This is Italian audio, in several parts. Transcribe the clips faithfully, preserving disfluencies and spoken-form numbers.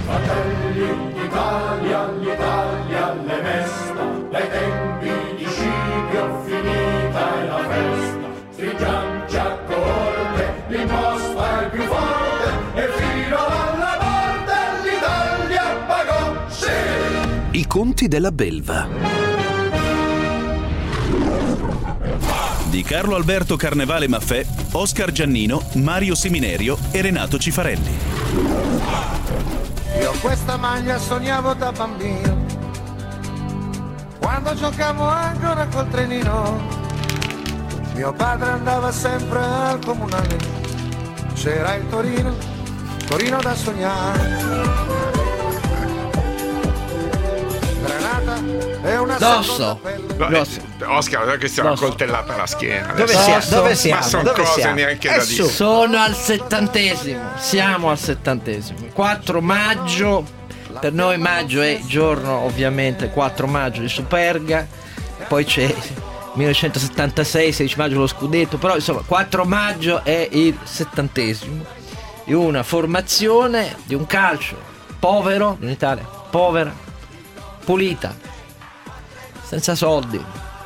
Fratelli d'Italia, l'Italia le mesta, dai tempi di Scipio finita è la festa. Stringiamoci a corte, l'imposta è più forte e fino alla morte l'Italia pagò, sì! I conti della belva di Carlo Alberto Carnevale Maffè, Oscar Giannino, Mario Seminerio e Renato Cifarelli. Io questa maglia sognavo da bambino, quando giocavo ancora col trenino. Mio padre andava sempre al comunale, c'era il Torino, Torino da sognare. È una Dosso. No, eh, Oscar, non è che stiamo Dosso. coltellata alla schiena. Dove adesso. siamo? Dove Ma siamo? sono Dove cose siamo? neanche Eh, da su. dire. Sono al settantesimo. Siamo al settantesimo. quattro maggio. Per noi maggio è giorno, ovviamente, quattro maggio di Superga. Poi c'è millenovecentosettantasei, sedici maggio lo scudetto. Però insomma, quattro maggio è il settantesimo di una formazione, di un calcio povero, di un'Italia povera, pulita, senza soldi,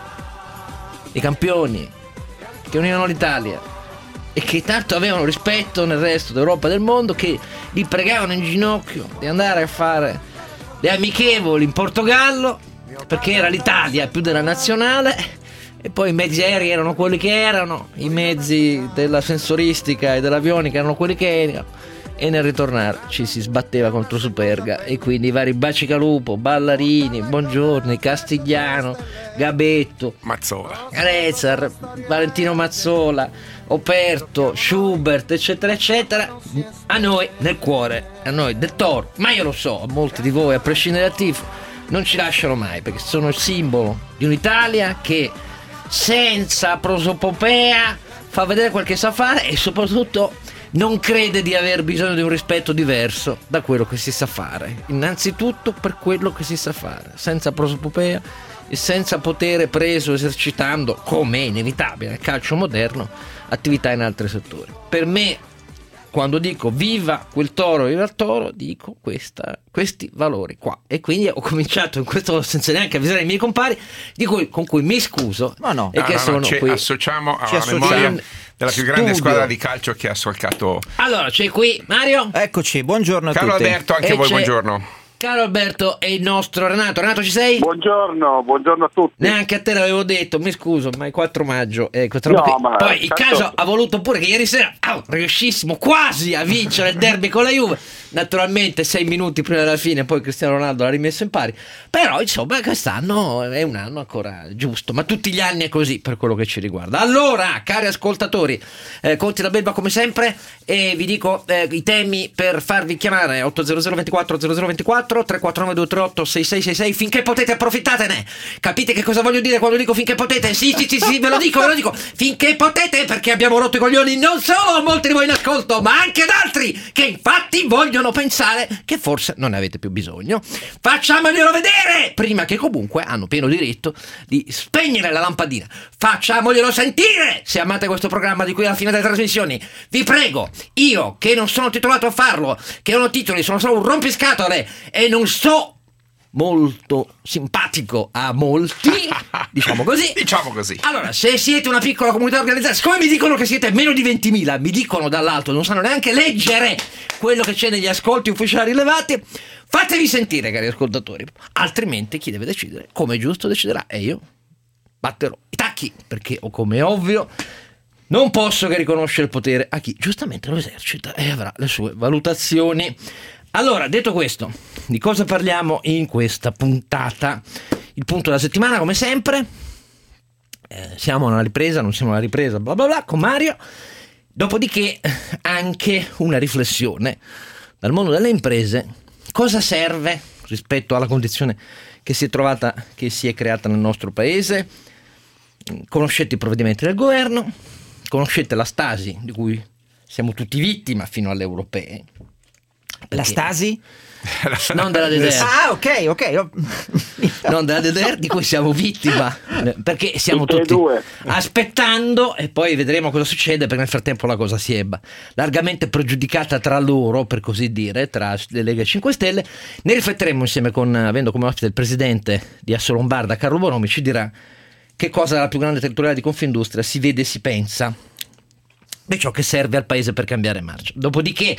i campioni che univano l'Italia e che tanto avevano rispetto nel resto d'Europa e del mondo, che li pregavano in ginocchio di andare a fare le amichevoli in Portogallo perché era l'Italia più della nazionale. E poi i mezzi aerei erano quelli che erano, i mezzi della sensoristica e dell'avionica erano quelli che erano, e nel ritornare ci si sbatteva contro Superga, e quindi i vari Bacigalupo, Ballarini, Bongiorni, Castigliano, Gabetto, Mazzola, Rezar, Valentino Mazzola, Operto, Schubert, eccetera eccetera, a noi nel cuore, a noi del Toro, ma io lo so, a molti di voi, a prescindere dal tifo, non ci lasciano mai, perché sono il simbolo di un'Italia che senza prosopopea fa vedere quel che sa fare e soprattutto non crede di aver bisogno di un rispetto diverso da quello che si sa fare. Innanzitutto per quello che si sa fare, senza prosopopea e senza potere preso esercitando, come è inevitabile nel calcio moderno, attività in altri settori. Per me, quando dico viva quel Toro, viva il Toro, dico questa, questi valori qua. E quindi ho cominciato in questo senza neanche avvisare i miei compari, di cui, con cui mi scuso. Ma no, e no, che no, sono no, ci qui. associamo alla Ci associamo. memoria della più grande Studio. squadra di calcio che ha solcato. Allora, c'è qui Mario. Eccoci, buongiorno a Carlo tutti. Alberto, anche E voi c'è- buongiorno. Caro Alberto e il nostro Renato. Renato, ci sei? Buongiorno, buongiorno a tutti. Neanche a te l'avevo detto, mi scuso, ma è quattro maggio e questa roba No, qui. ma Poi il tanto- caso ha voluto pure che ieri sera oh, riuscissimo quasi a vincere il derby con la Juve. Naturalmente sei minuti prima della fine poi Cristiano Ronaldo l'ha rimesso in pari. Però insomma quest'anno è un anno ancora giusto, ma tutti gli anni è così per quello che ci riguarda. Allora, cari ascoltatori, eh, conti la belva come sempre, e vi dico eh, i temi per farvi chiamare: otto zero zero ventiquattro zero zero ventiquattro, tre quattro nove due tre otto sei sei sei sei. Finché potete, approfittatene. Capite che cosa voglio dire quando dico finché potete? Sì, sì, sì, sì, ve lo dico, ve lo dico. Finché potete, perché abbiamo rotto i coglioni non solo a molti di voi in ascolto, ma anche ad altri che infatti vogliono pensare che forse non ne avete più bisogno. Facciamoglielo vedere prima che comunque hanno pieno diritto di spegnere la lampadina. Facciamoglielo sentire se amate questo programma di cui alla fine delle trasmissioni vi prego, io che non sono titolato a farlo, che non ho titoli, sono solo un rompiscatole e non so molto simpatico a molti, diciamo così. Diciamo così. Allora, se siete una piccola comunità organizzata, siccome mi dicono che siete meno di ventimila, mi dicono dall'alto, non sanno neanche leggere quello che c'è negli ascolti ufficiali rilevati, fatevi sentire, cari ascoltatori, altrimenti chi deve decidere, come è giusto, deciderà, e io batterò i tacchi, perché, o come è ovvio, non posso che riconoscere il potere a chi giustamente lo esercita e avrà le sue valutazioni. Allora, detto questo, di cosa parliamo in questa puntata? Il punto della settimana, come sempre, eh, siamo alla ripresa, non siamo alla ripresa, bla bla bla, con Mario. Dopodiché anche una riflessione dal mondo delle imprese: cosa serve rispetto alla condizione che si è trovata, che si è creata nel nostro paese? Conoscete i provvedimenti del governo, conoscete la stasi di cui siamo tutti vittima fino alle europee. La Stasi? Non della D D R. Ah, ok, ok. Non della D D R, di cui siamo vittima, perché siamo Tutte e tutti due. aspettando e poi vedremo cosa succede, perché nel frattempo la cosa si è largamente pregiudicata tra loro, per così dire, tra le Lega e cinque Stelle. Ne rifletteremo insieme con, avendo come ospite il presidente di Assolombarda, Carlo Bonomi, ci dirà che cosa della più grande territoriale di Confindustria si vede e si pensa di ciò che serve al paese per cambiare marcia. Dopodiché,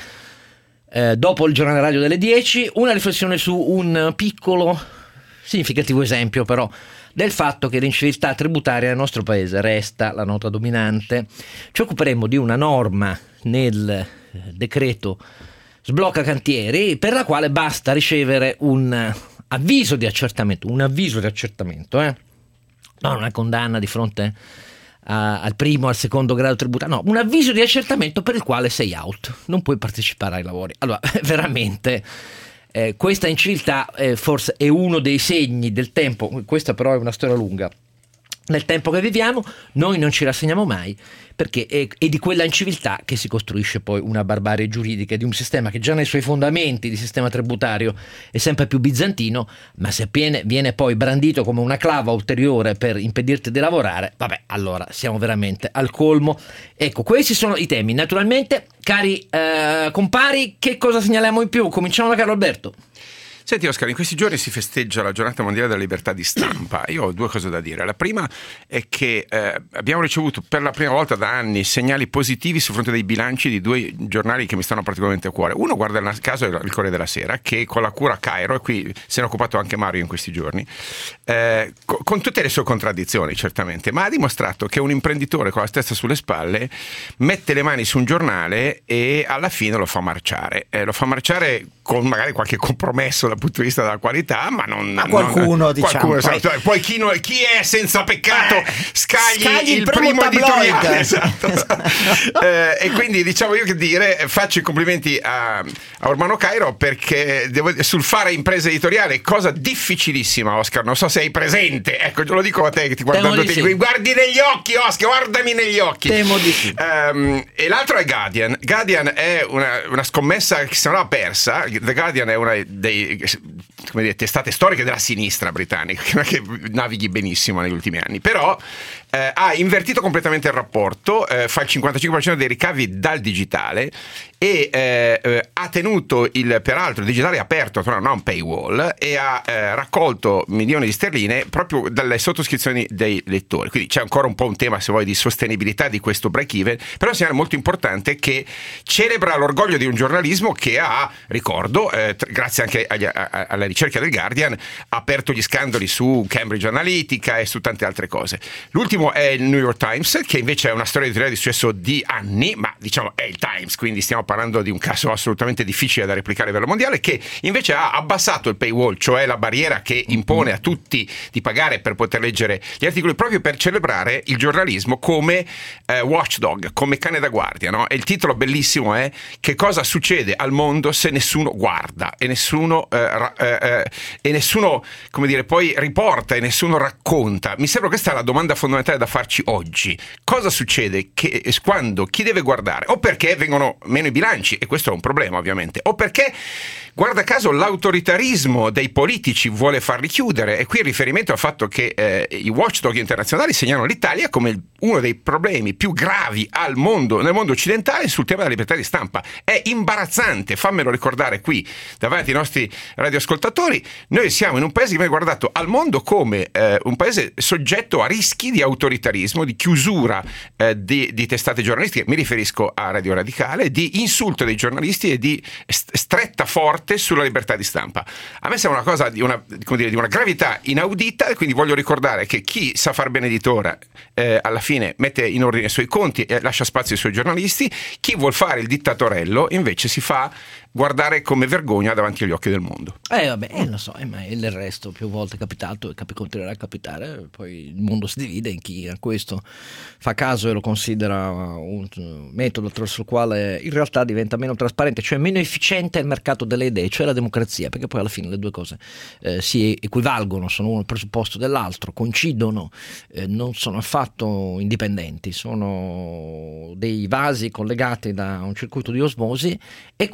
Eh, dopo il giornale radio delle dieci, una riflessione su un piccolo, significativo esempio però del fatto che l'inciviltà tributaria nel nostro paese resta la nota dominante. Ci occuperemo di una norma nel decreto sblocca cantieri, per la quale basta ricevere un avviso di accertamento, un avviso di accertamento, eh? non una condanna di fronte a, al primo, al secondo grado tributario, no, un avviso di accertamento per il quale sei out, non puoi partecipare ai lavori. Allora, veramente, eh, questa inciviltà eh, forse è uno dei segni del tempo, questa però è una storia lunga. Nel tempo che viviamo, noi non ci rassegniamo mai, perché è, è di quella inciviltà che si costruisce poi una barbarie giuridica di un sistema che già nei suoi fondamenti di sistema tributario è sempre più bizantino, ma se viene, viene poi brandito come una clava ulteriore per impedirti di lavorare, vabbè, allora siamo veramente al colmo. Ecco, questi sono i temi. Naturalmente, cari eh, compari, che cosa segnaliamo in più? Cominciamo da Carlo Alberto. Senti Oscar, in questi giorni si festeggia la giornata mondiale della libertà di stampa. Io ho due cose da dire. La prima è che eh, abbiamo ricevuto per la prima volta da anni segnali positivi sul fronte dei bilanci di due giornali che mi stanno particolarmente a cuore. Uno, guarda il caso, è il Corriere della Sera, che con la cura Cairo, e qui se ne è occupato anche Mario in questi giorni, eh, co- con tutte le sue contraddizioni certamente, ma ha dimostrato che un imprenditore con la testa sulle spalle mette le mani su un giornale e alla fine lo fa marciare. Eh, lo fa marciare con magari qualche compromesso dal punto di vista della qualità, ma non... Ma qualcuno, non, diciamo. Qualcuno, poi, esatto. Poi chi, no, chi è senza peccato eh, scagli, scagli il, il primo, primo editoriale. tabloid. Esatto. eh, e quindi diciamo io che dire, faccio i complimenti a, a Ormano Cairo, perché devo, sul fare impresa editoriale, cosa difficilissima, Oscar, non so se hai presente, ecco, lo dico a te che ti guardando te, sì. Guardi negli occhi, Oscar, guardami negli occhi. Temo di sì. Um, e l'altro è Guardian. Guardian è una, una scommessa che sembrava persa. The Guardian è una dei, come dire, testate storiche della sinistra britannica, che non è che navighi benissimo negli ultimi anni, però eh, ha invertito completamente il rapporto, eh, fa il cinquantacinque per cento dei ricavi dal digitale e eh, eh, ha tenuto il, peraltro il digitale aperto, non ha un paywall, e ha eh, raccolto milioni di sterline proprio dalle sottoscrizioni dei lettori. Quindi c'è ancora un po' un tema, se vuoi, di sostenibilità di questo break even, però è un segnale molto importante che celebra l'orgoglio di un giornalismo che ha, ricordo, eh, t- grazie anche agli, a, alla ricerca del Guardian, ha aperto gli scandali su Cambridge Analytica e su tante altre cose. L'ultimo è il New York Times, che invece è una storia editoriale di successo di anni, ma diciamo è il Times, quindi stiamo parlando di un caso assolutamente difficile da replicare a livello mondiale, che invece ha abbassato il paywall, cioè la barriera che impone a tutti di pagare per poter leggere gli articoli, proprio per celebrare il giornalismo come eh, watchdog, come cane da guardia, no? E il titolo bellissimo è: che cosa succede al mondo se nessuno guarda e nessuno eh, eh, e nessuno, come dire, poi riporta e nessuno racconta. Mi sembra questa è la domanda fondamentale da farci oggi. Cosa succede che, quando chi deve guardare, o perché vengono meno i bilanci, e questo è un problema ovviamente, o perché, guarda caso, l'autoritarismo dei politici vuole farli chiudere. E qui il riferimento al fatto che eh, i watchdog internazionali segnalano l'Italia come uno dei problemi più gravi al mondo, nel mondo occidentale, sul tema della libertà di stampa. È imbarazzante, fammelo ricordare qui davanti ai nostri radioascoltatori. Noi siamo in un paese che viene guardato al mondo come eh, un paese soggetto a rischi di autoritarismo, di chiusura eh, di, di testate giornalistiche, mi riferisco a Radio Radicale, di insulto dei giornalisti e di stretta forte sulla libertà di stampa. A me sembra una cosa di una, come dire, di una gravità inaudita, e quindi voglio ricordare che chi sa far bene editore eh, alla fine mette in ordine i suoi conti e lascia spazio ai suoi giornalisti. Chi vuol fare il dittatorello invece si fa guardare come vergogna davanti agli occhi del mondo. Eh vabbè, eh, lo so, eh, ma il resto più volte è capitato e cap- continuerà a capitare. Poi il mondo si divide in chi a questo fa caso e lo considera un metodo attraverso il quale in realtà diventa meno trasparente, cioè meno efficiente il mercato delle idee, cioè la democrazia, perché poi alla fine le due cose eh, si equivalgono, sono uno il presupposto dell'altro, coincidono, eh, non sono affatto indipendenti, sono dei vasi collegati da un circuito di osmosi, e quindi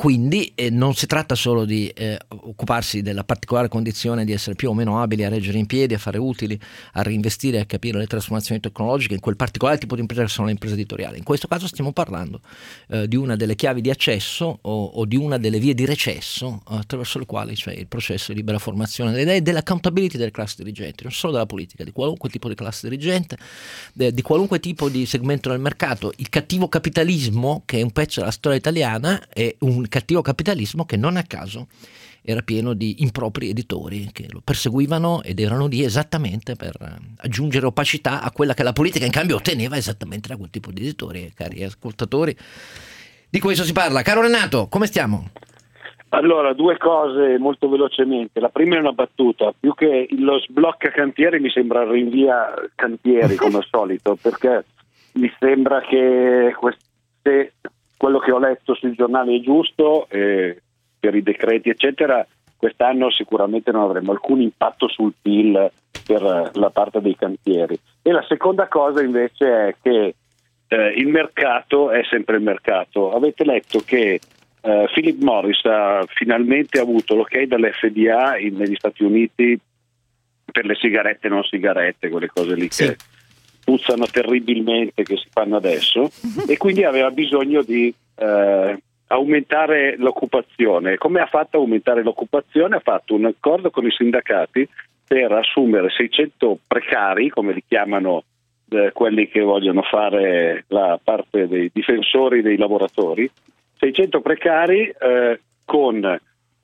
poi eh, non si tratta solo di eh, occuparsi della particolare condizione di essere più o meno abili a reggere in piedi, a fare utili, a reinvestire, a capire le trasformazioni tecnologiche in quel particolare tipo di impresa che sono le imprese editoriali. In questo caso stiamo parlando eh, di una delle chiavi di accesso o, o di una delle vie di recesso attraverso le quali c'è il processo di libera formazione delle idee e dell'accountability delle classi dirigenti, non solo della politica, di qualunque tipo di classe dirigente, de, di qualunque tipo di segmento del mercato. Il cattivo capitalismo, che è un pezzo della storia italiana, è un cattivo capitalismo che non a caso era pieno di impropri editori che lo perseguivano ed erano lì esattamente per aggiungere opacità a quella che la politica in cambio otteneva esattamente da quel tipo di editori. Cari ascoltatori, di questo si parla. Caro Renato, come stiamo? Allora, due cose molto velocemente. La prima è una battuta, più che lo sblocca cantieri mi sembra rinvia cantieri come al solito, perché mi sembra che queste, quello che ho letto sui giornali è giusto, eh, per i decreti eccetera, quest'anno sicuramente non avremo alcun impatto sul P I L per la parte dei cantieri. E la seconda cosa invece è che eh, il mercato è sempre il mercato. Avete letto che Uh, Philip Morris ha finalmente avuto l'ok dall'F D A in, negli Stati Uniti per le sigarette e non sigarette, quelle cose lì sì. che puzzano terribilmente, che si fanno adesso, e quindi aveva bisogno di uh, aumentare l'occupazione. Come ha fatto aumentare l'occupazione? Ha fatto un accordo con i sindacati per assumere seicento precari, come li chiamano eh, quelli che vogliono fare la parte dei difensori dei lavoratori, seicento precari eh, con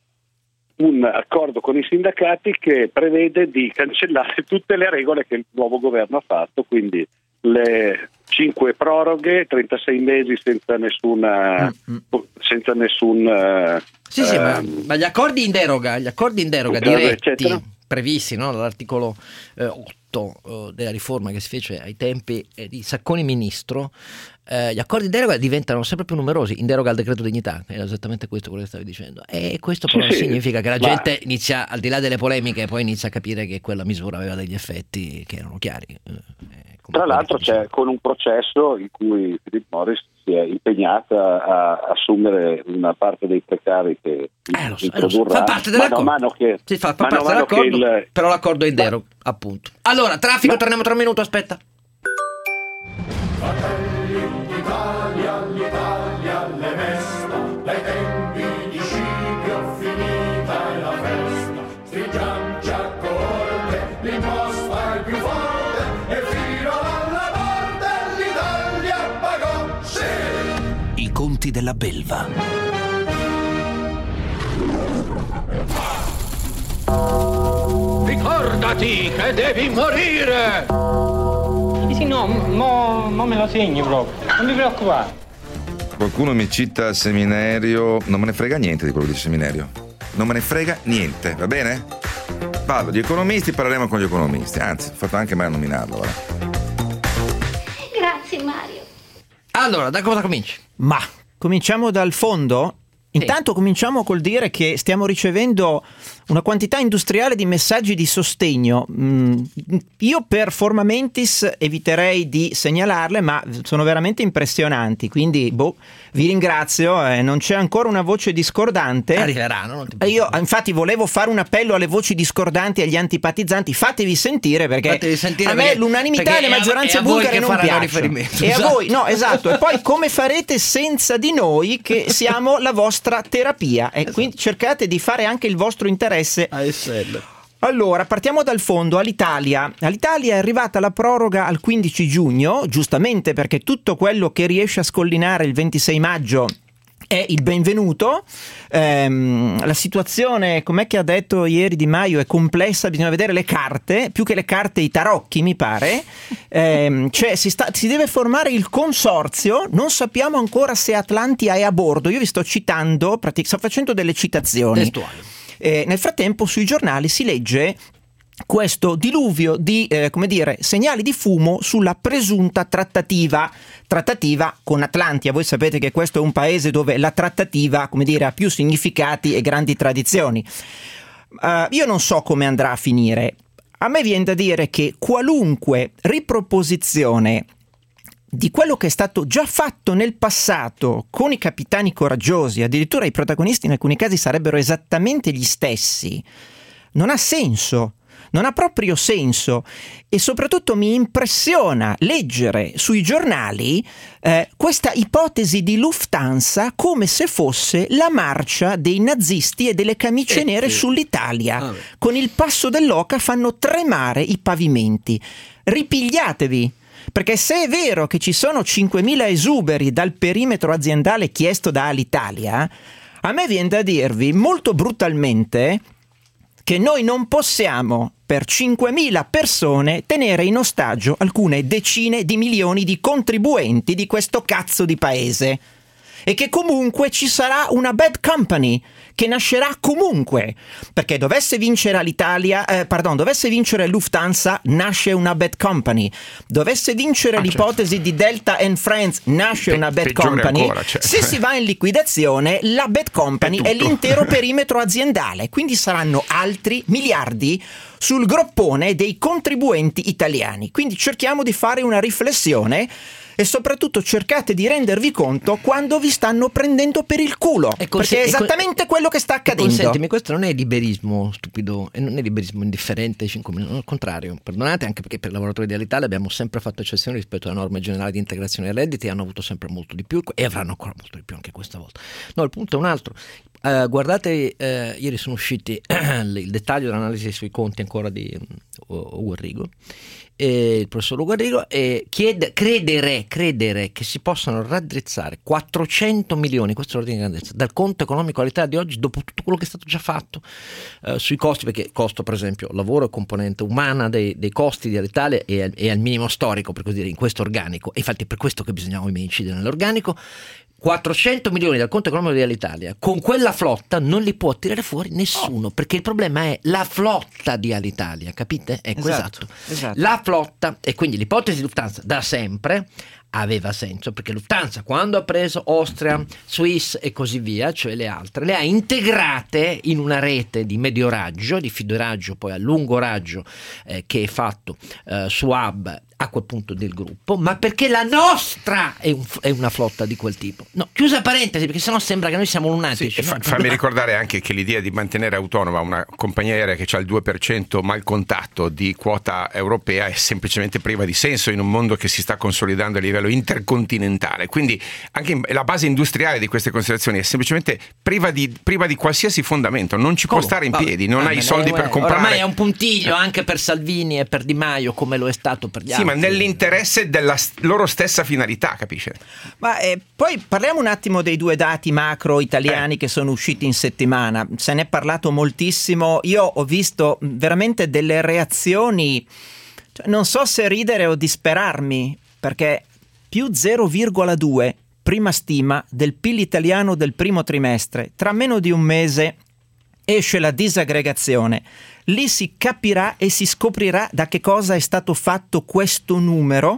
un accordo con i sindacati che prevede di cancellare tutte le regole che il nuovo governo ha fatto, quindi le cinque proroghe, trentasei mesi senza nessuna mm-hmm. senza nessun uh, sì, sì, uh, ma, ma gli accordi in deroga, gli accordi in deroga diretti, eccetera. previsti, no, dall'articolo eh, otto eh, della riforma che si fece ai tempi eh, di Sacconi ministro, eh, gli accordi in deroga diventano sempre più numerosi in deroga al decreto dignità, è esattamente questo quello che stavi dicendo, e questo però sì, significa che la ma... gente inizia, al di là delle polemiche, poi inizia a capire che quella misura aveva degli effetti che erano chiari. Eh, Tra l'altro c'è con un processo in cui Philip Morris si è impegnata a assumere una parte dei precari che eh, lo so, introdurrà fa parte dell'accordo, mano a mano che, si fa, fa mano parte mano dell'accordo, il... però l'accordo è in deroga, appunto. Allora, traffico, Ma... torniamo tra un minuto, aspetta. Fratelli d'Italia, l'Italia le mesta, dai tempi di Scipio finita è la festa, stringiamoci a corte, l'imposta è più forte e fino alla morte l'Italia pagò, sì! I conti della belva. Ricordati che devi morire! Sì, sì, no, mo, mo me lo segni proprio, non mi preoccupare. Qualcuno mi cita il seminario, non me ne frega niente di quello del seminario. Non me ne frega niente, va bene? Parlo di economisti, parleremo con gli economisti. Anzi, ho fatto anche mai a nominarlo. Guarda. Grazie Mario. Allora, da cosa cominci? Ma cominciamo dal fondo? Intanto sì. Cominciamo col dire che stiamo ricevendo una quantità industriale di messaggi di sostegno. Mm, io per forma mentis eviterei di segnalarle, ma sono veramente impressionanti, quindi boh, vi ringrazio. Eh, non c'è ancora una voce discordante. Arriveranno. Non ti io infatti volevo fare un appello alle voci discordanti e agli antipatizzanti. Fatevi sentire, perché Fatevi sentire a me perché, l'unanimità e le maggioranze bulgare non piacciono. E esatto. a voi, no, esatto. E poi come farete senza di noi, che siamo la vostra terapia? E esatto. Quindi cercate di fare anche il vostro interesse. A S L. Allora, partiamo dal fondo. All'Italia. All'Italia è arrivata la proroga al quindici giugno, giustamente perché tutto quello che riesce a scollinare il ventisei maggio è il benvenuto. Ehm, la situazione, com'è che ha detto ieri Di Maio, è complessa, bisogna vedere le carte, più che le carte i tarocchi mi pare. Ehm, cioè si, sta, si deve formare il consorzio, non sappiamo ancora se Atlantia è a bordo, io vi sto citando, pratic- sto facendo delle citazioni. Testuali. Eh, nel frattempo sui giornali si legge questo diluvio di eh, come dire segnali di fumo sulla presunta trattativa trattativa con Atlantia. Voi sapete che questo è un paese dove la trattativa, come dire, ha più significati e grandi tradizioni. Uh, io non so come andrà a finire. A me viene da dire che qualunque riproposizione di quello che è stato già fatto nel passato con i capitani coraggiosi, addirittura i protagonisti in alcuni casi sarebbero esattamente gli stessi, non ha senso. Non ha proprio senso, e soprattutto mi impressiona leggere sui giornali eh, questa ipotesi di Lufthansa come se fosse la marcia dei nazisti e delle camicie eh, nere sì. sull'Italia. Ah, con il passo dell'oca fanno tremare i pavimenti. Ripigliatevi, perché se è vero che ci sono cinquemila esuberi dal perimetro aziendale chiesto da Alitalia, a me viene da dirvi molto brutalmente che noi non possiamo per cinquemila persone tenere in ostaggio alcune decine di milioni di contribuenti di questo cazzo di paese, e che comunque ci sarà una bad company che nascerà comunque, perché dovesse vincere l'Italia, eh, pardon, dovesse vincere Lufthansa, nasce una bad company, dovesse vincere ah, l'ipotesi certo. di Delta and Friends, nasce Pe- una bad company, ancora, certo. Se si va in liquidazione la bad company è, è l'intero perimetro aziendale, quindi saranno altri miliardi sul groppone dei contribuenti italiani. Quindi cerchiamo di fare una riflessione e soprattutto cercate di rendervi conto quando vi stanno prendendo per il culo, e perché è esattamente quello che sta accadendo. Consentimi, questo non è liberismo stupido e non è liberismo indifferente, cinque minuti, al contrario, perdonate, anche perché per i lavoratori di Alitalia abbiamo sempre fatto eccezione rispetto alle norme generali di integrazione dei redditi, hanno avuto sempre molto di più e avranno ancora molto di più anche questa volta. No, il punto è un altro. Uh, guardate, uh, ieri sono usciti il dettaglio dell'analisi sui conti ancora di uh, Ugo Arrigo, e il professor Ugo Arrigo, e chiede, credere, credere che si possano raddrizzare quattrocento milioni, questo è l'ordine di grandezza, dal conto economico all'Italia di oggi dopo tutto quello che è stato già fatto uh, sui costi, perché costo per esempio lavoro è componente umana dei, dei costi di Alitalia e è al minimo storico, per così dire, in questo organico, e infatti è per questo che bisognava incidere nell'organico. quattrocento milioni dal conto economico dell'Italia, con quella flotta non li può tirare fuori nessuno, oh. perché il problema è la flotta di Alitalia, capite? Ecco, esatto, esatto. esatto. La flotta, e quindi l'ipotesi di Lufthansa da sempre aveva senso, perché Lufthansa quando ha preso Austria, Swiss e così via, cioè le altre, le ha integrate in una rete di medio raggio, di fido raggio, poi a lungo raggio eh, che è fatto eh, su hub a quel punto del gruppo, ma perché la nostra è, un, è una flotta di quel tipo. No, chiusa parentesi, perché sennò sembra che noi siamo lunatici. Sì, fa, fammi ricordare anche che l'idea di mantenere autonoma una compagnia aerea che ha il due per cento mal contatto di quota europea è semplicemente priva di senso in un mondo che si sta consolidando a livello intercontinentale. Quindi anche la base industriale di queste considerazioni è semplicemente priva di, priva di qualsiasi fondamento, non ci Come? può stare in Vabbè. piedi, non ah, hai i soldi è, per comprare. Ormai è un puntiglio anche per Salvini e per Di Maio, come lo è stato per gli sì, altri. Ma nell'interesse della loro stessa finalità, capisce? Ma eh, poi parliamo un attimo dei due dati macro italiani eh. che sono usciti in settimana. Se ne è parlato moltissimo. Io ho visto veramente delle reazioni, cioè, non so se ridere o disperarmi, perché più zero virgola due prima stima del P I L italiano del primo trimestre, tra meno di un mese esce la disaggregazione. Lì si capirà e si scoprirà da che cosa è stato fatto questo numero.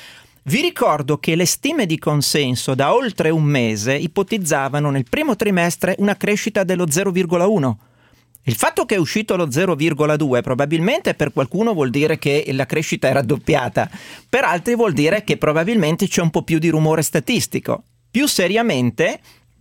Vi ricordo che le stime di consenso da oltre un mese ipotizzavano nel primo trimestre una crescita dello zero virgola uno. Il fatto che è uscito lo zero virgola due probabilmente per qualcuno vuol dire che la crescita è raddoppiata, per altri vuol dire che probabilmente c'è un po' più di rumore statistico. Più seriamente,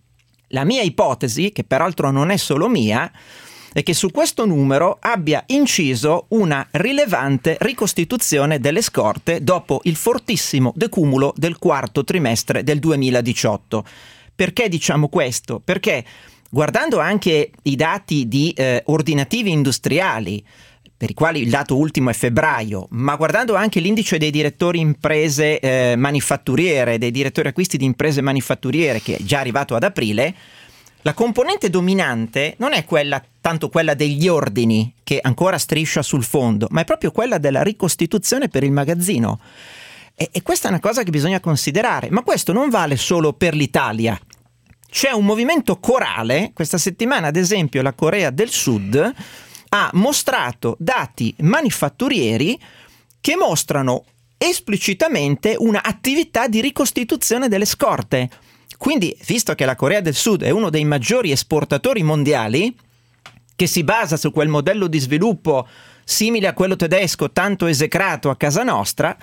la mia ipotesi, che peraltro non è solo mia, è che su questo numero abbia inciso una rilevante ricostituzione delle scorte dopo il fortissimo decumulo del quarto trimestre del duemiladiciotto. Perché diciamo questo? Perché guardando anche i dati di eh, ordinativi industriali, per i quali il dato ultimo è febbraio, ma guardando anche l'indice dei direttori imprese eh, manifatturiere, dei direttori acquisti di imprese manifatturiere, che è già arrivato ad aprile, la componente dominante non è quella tanto quella degli ordini, che ancora striscia sul fondo, ma è proprio quella della ricostituzione per il magazzino. E, e questa è una cosa che bisogna considerare, ma questo non vale solo per l'Italia. C'è un movimento corale, questa settimana ad esempio la Corea del Sud ha mostrato dati manifatturieri che mostrano esplicitamente una attività di ricostituzione delle scorte. Quindi, visto che la Corea del Sud è uno dei maggiori esportatori mondiali, che si basa su quel modello di sviluppo simile a quello tedesco tanto esecrato a casa nostra,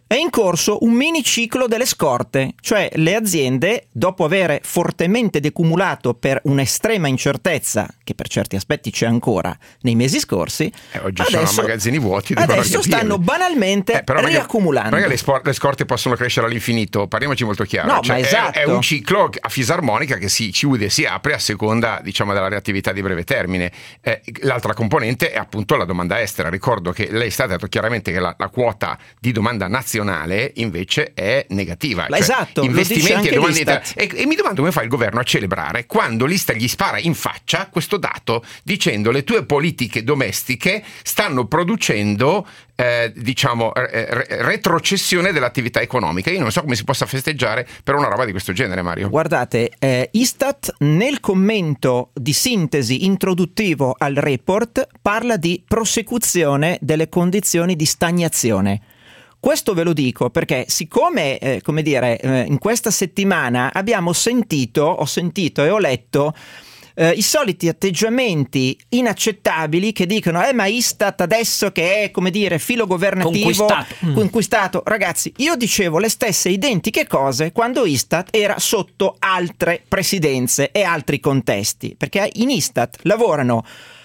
è in corso un mini ciclo delle scorte, cioè le aziende, dopo aver fortemente decumulato per un'estrema incertezza, che per certi aspetti c'è ancora nei mesi scorsi, eh, oggi adesso, sono magazzini vuoti, adesso stanno banalmente eh, però riaccumulando. Non è che le, spor- le scorte possono crescere all'infinito, parliamoci molto chiaro. No, cioè, ma esatto. è, è un ciclo a fisarmonica che si chiude e si apre a seconda, diciamo, della reattività di breve termine. Eh, l'altra componente è appunto la domanda estera. Ricordo che lei sta detto chiaramente che la, la quota di domanda nazionale invece è negativa, cioè, esatto, investimenti e domande inter- e, e mi domando come fa il governo a celebrare quando l'Istat gli spara in faccia questo dato dicendo le tue politiche domestiche stanno producendo eh, diciamo re- retrocessione dell'attività economica. Io non so come si possa festeggiare per una roba di questo genere, Mario. Guardate, eh, Istat nel commento di sintesi introduttivo al report parla di prosecuzione delle condizioni di stagnazione. Questo ve lo dico perché siccome, eh, come dire, eh, in questa settimana abbiamo sentito, ho sentito e ho letto eh, i soliti atteggiamenti inaccettabili che dicono eh ma Istat adesso che è, come dire, filo governativo conquistato. conquistato. Ragazzi, io dicevo le stesse identiche cose quando Istat era sotto altre presidenze e altri contesti, perché in Istat lavorano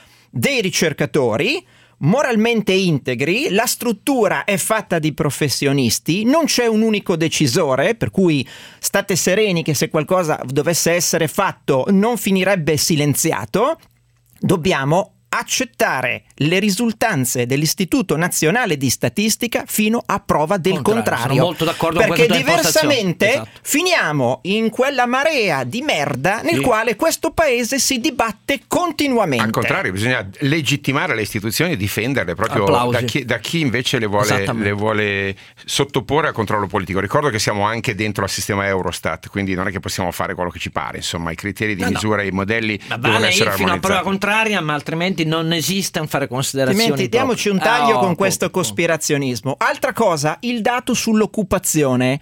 dei ricercatori moralmente integri, la struttura è fatta di professionisti, non c'è un unico decisore, per cui state sereni che se qualcosa dovesse essere fatto non finirebbe silenziato. Dobbiamo accettare le risultanze dell'Istituto Nazionale di Statistica fino a prova del contrario. contrario. Sono molto d'accordo perché con questa diversamente esatto. finiamo in quella marea di merda nel sì. quale questo paese si dibatte continuamente. Al contrario, bisogna legittimare le istituzioni e difenderle proprio da chi, da chi invece le vuole, le vuole sottoporre al controllo politico. Ricordo che siamo anche dentro al sistema Eurostat, quindi non è che possiamo fare quello che ci pare, insomma i criteri di no, misura no. e i modelli ma devono vale essere fino a armonizzati. prova contraria, ma altrimenti non esiste un fare considerazioni. Altrimenti diamoci un taglio ah, oh, con questo oh, cospirazionismo. Altra cosa, il dato sull'occupazione.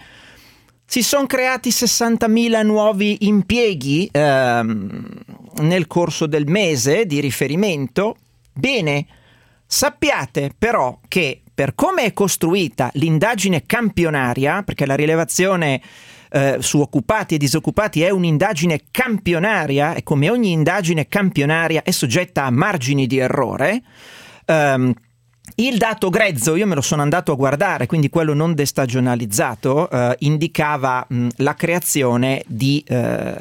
Si sono creati sessantamila nuovi impieghi ehm, nel corso del mese di riferimento. Bene, sappiate però che per come è costruita l'indagine campionaria, perché la rilevazione eh, su occupati e disoccupati è un'indagine campionaria e come ogni indagine campionaria è soggetta a margini di errore, ehm, il dato grezzo, io me lo sono andato a guardare, quindi quello non destagionalizzato, eh, indicava mh, la creazione di eh,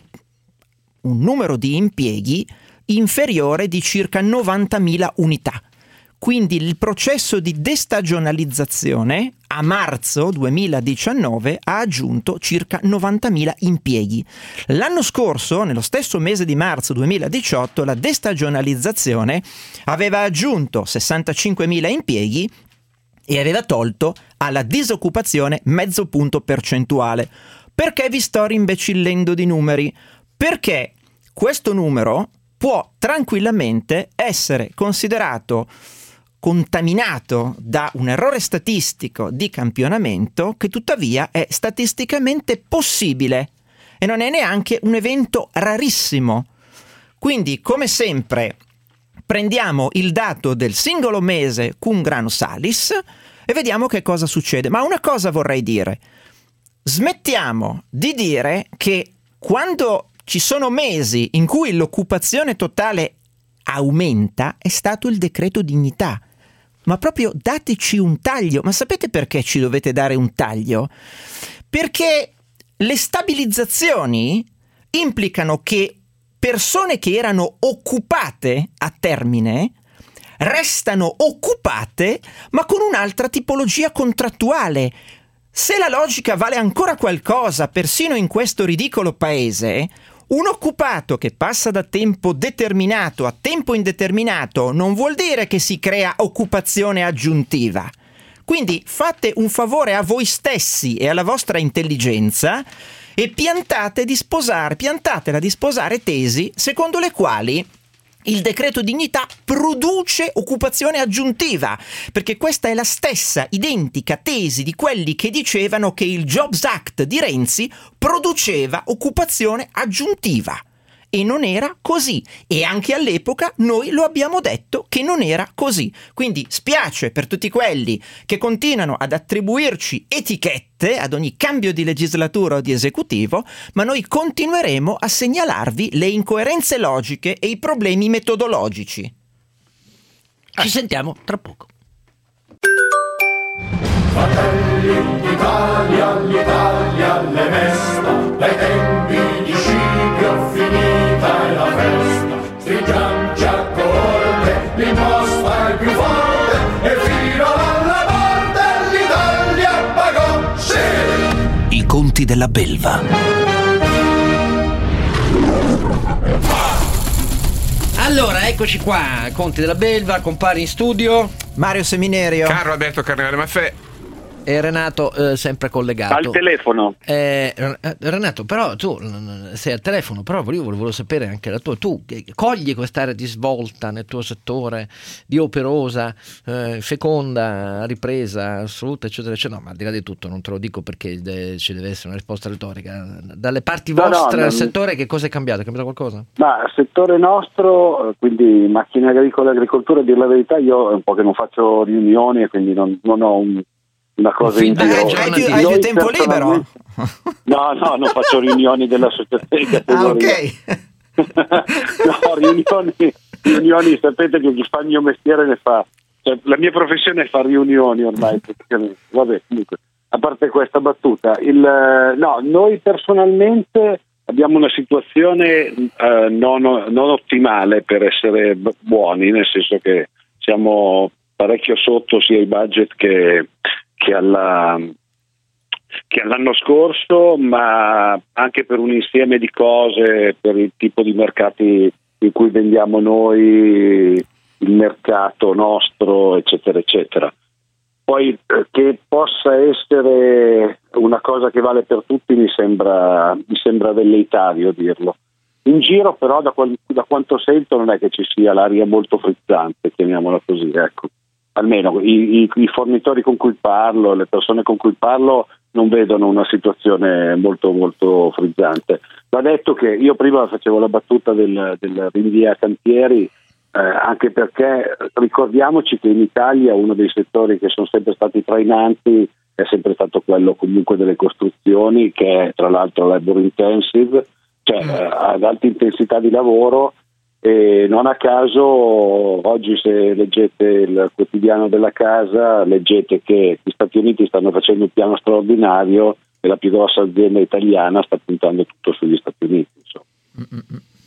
un numero di impieghi inferiore di circa novantamila unità. Quindi il processo di destagionalizzazione a marzo duemiladiciannove ha aggiunto circa novantamila impieghi. L'anno scorso, nello stesso mese di marzo duemiladiciotto, la destagionalizzazione aveva aggiunto sessantacinquemila impieghi e aveva tolto alla disoccupazione mezzo punto percentuale. Perché vi sto rimbecillendo di numeri? Perché questo numero può tranquillamente essere considerato contaminato da un errore statistico di campionamento che tuttavia è statisticamente possibile e non è neanche un evento rarissimo. Quindi, come sempre, prendiamo il dato del singolo mese cum grano salis e vediamo che cosa succede. Ma una cosa vorrei dire: smettiamo di dire che quando ci sono mesi in cui l'occupazione totale aumenta è stato il decreto dignità. Ma proprio dateci un taglio. Ma sapete perché ci dovete dare un taglio? Perché le stabilizzazioni implicano che persone che erano occupate a termine restano occupate ma con un'altra tipologia contrattuale. Se la logica vale ancora qualcosa, persino in questo ridicolo paese, un occupato che passa da tempo determinato a tempo indeterminato non vuol dire che si crea occupazione aggiuntiva. Quindi fate un favore a voi stessi e alla vostra intelligenza e piantate di sposare, piantatela di sposare tesi secondo le quali il decreto dignità produce occupazione aggiuntiva, perché questa è la stessa identica tesi di quelli che dicevano che il Jobs Act di Renzi produceva occupazione aggiuntiva. e non era così, e anche all'epoca noi lo abbiamo detto che non era così. Quindi spiace per tutti quelli che continuano ad attribuirci etichette ad ogni cambio di legislatura o di esecutivo, ma noi continueremo a segnalarvi le incoerenze logiche e i problemi metodologici. Ci sentiamo tra poco. Fratelli d'Italia, l'Italia le mesta, dai tempi di Scipio finita è la festa. Stringiamoci a coorte, l'imposta è più forte, e fino alla morte l'Italia pagò, sì! I conti della belva. Allora, eccoci qua, Conti della Belva, compari in studio Mario Seminerio, Carlo Alberto Carnevale Maffè e Renato eh, sempre collegato al telefono. eh, Renato, però tu sei al telefono, però io volevo sapere anche la tua, tu cogli quest'area di svolta nel tuo settore di operosa, eh, feconda ripresa assoluta eccetera eccetera, no, ma al di là di tutto non te lo dico perché de- ci deve essere una risposta retorica dalle parti vostre. No, no, al settore che cosa è cambiato? È cambiato qualcosa? Ma il settore nostro, quindi macchine agricole e agricoltura, a dire la verità io è un po' che non faccio riunioni e quindi non, non ho un una cosa in giro. Hai più, hai più tempo libero? No, no, non faccio riunioni dell'associazione di categoria. Ah, ok. No, riunioni, riunioni, sapete che chi fa il mio mestiere ne fa. Cioè, la mia professione è fare riunioni ormai, praticamente. Vabbè, comunque, a parte questa battuta, il, no, noi personalmente abbiamo una situazione eh, non, non ottimale per essere buoni, nel senso che siamo parecchio sotto sia i budget che Che, alla, che all'anno scorso, ma anche per un insieme di cose, per il tipo di mercati in cui vendiamo noi, il mercato nostro, eccetera, eccetera. Poi eh, che possa essere una cosa che vale per tutti mi sembra, mi sembra velleitario dirlo. In giro però da, qual, da quanto sento non è che ci sia l'aria molto frizzante, chiamiamola così, ecco. Almeno i, i, i fornitori con cui parlo, le persone con cui parlo non vedono una situazione molto molto frizzante. Va detto che io prima facevo la battuta del, del rinvio a cantieri, eh, anche perché ricordiamoci che in Italia uno dei settori che sono sempre stati trainanti è sempre stato quello comunque delle costruzioni, che è tra l'altro labor intensive, cioè mm. eh, ad alta intensità di lavoro. E non a caso oggi, se leggete il quotidiano della casa, leggete che gli Stati Uniti stanno facendo un piano straordinario e la più grossa azienda italiana sta puntando tutto sugli Stati Uniti, insomma.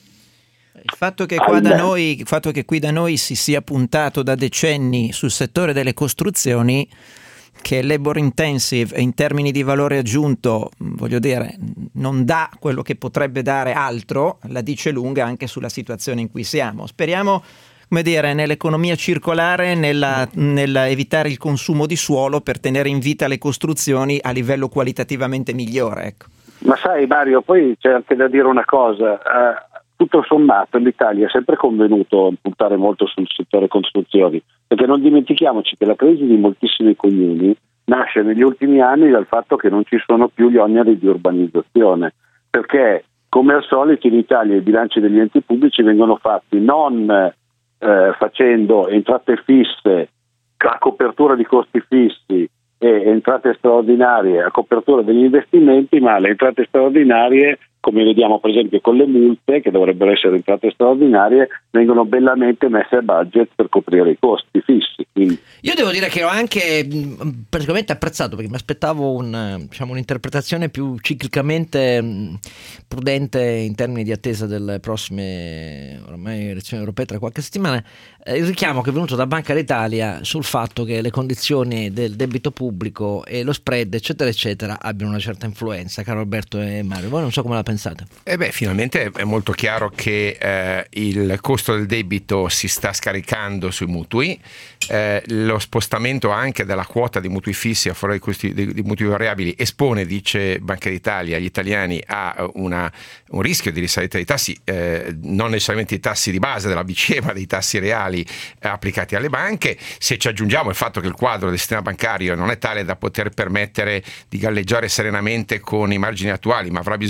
Il fatto che qua da noi, il fatto che qui da noi si sia puntato da decenni sul settore delle costruzioni, che è labor intensive e in termini di valore aggiunto, voglio dire, non dà quello che potrebbe dare altro, la dice lunga anche sulla situazione in cui siamo. Speriamo, come dire, nell'economia circolare, nella, nella evitare il consumo di suolo per tenere in vita le costruzioni a livello qualitativamente migliore, ecco. Ma sai Mario, poi c'è anche da dire una cosa, eh, tutto sommato l'Italia è sempre convenuto a puntare molto sul settore costruzioni, perché non dimentichiamoci che la crisi di moltissimi comuni nasce negli ultimi anni dal fatto che non ci sono più gli oneri di urbanizzazione, perché come al solito in Italia i bilanci degli enti pubblici vengono fatti non eh, facendo entrate fisse a copertura di costi fissi e entrate straordinarie a copertura degli investimenti, ma le entrate straordinarie, come vediamo per esempio con le multe, che dovrebbero essere entrate straordinarie, vengono bellamente messe a budget per coprire i costi fissi. Quindi... Io devo dire che ho anche mh, praticamente apprezzato, perché mi aspettavo un, diciamo, un'interpretazione più ciclicamente mh, prudente in termini di attesa delle prossime ormai elezioni europee tra qualche settimana, eh, il richiamo che è venuto da Banca d'Italia sul fatto che le condizioni del debito pubblico e lo spread eccetera eccetera abbiano una certa influenza. Caro Alberto e Mario, voi non so come la pensate. Eh beh, finalmente è molto chiaro che eh, il costo del debito si sta scaricando sui mutui, eh, lo spostamento anche della quota di mutui fissi a favore di, questi, di, di mutui variabili espone, dice Banca d'Italia, gli italiani a una, un rischio di risalita dei tassi, eh, non necessariamente i tassi di base della B C E, ma dei tassi reali eh, applicati alle banche. Se ci aggiungiamo il fatto che il quadro del sistema bancario non è tale da poter permettere di galleggiare serenamente con i margini attuali, ma avrà bisogno di ulteriori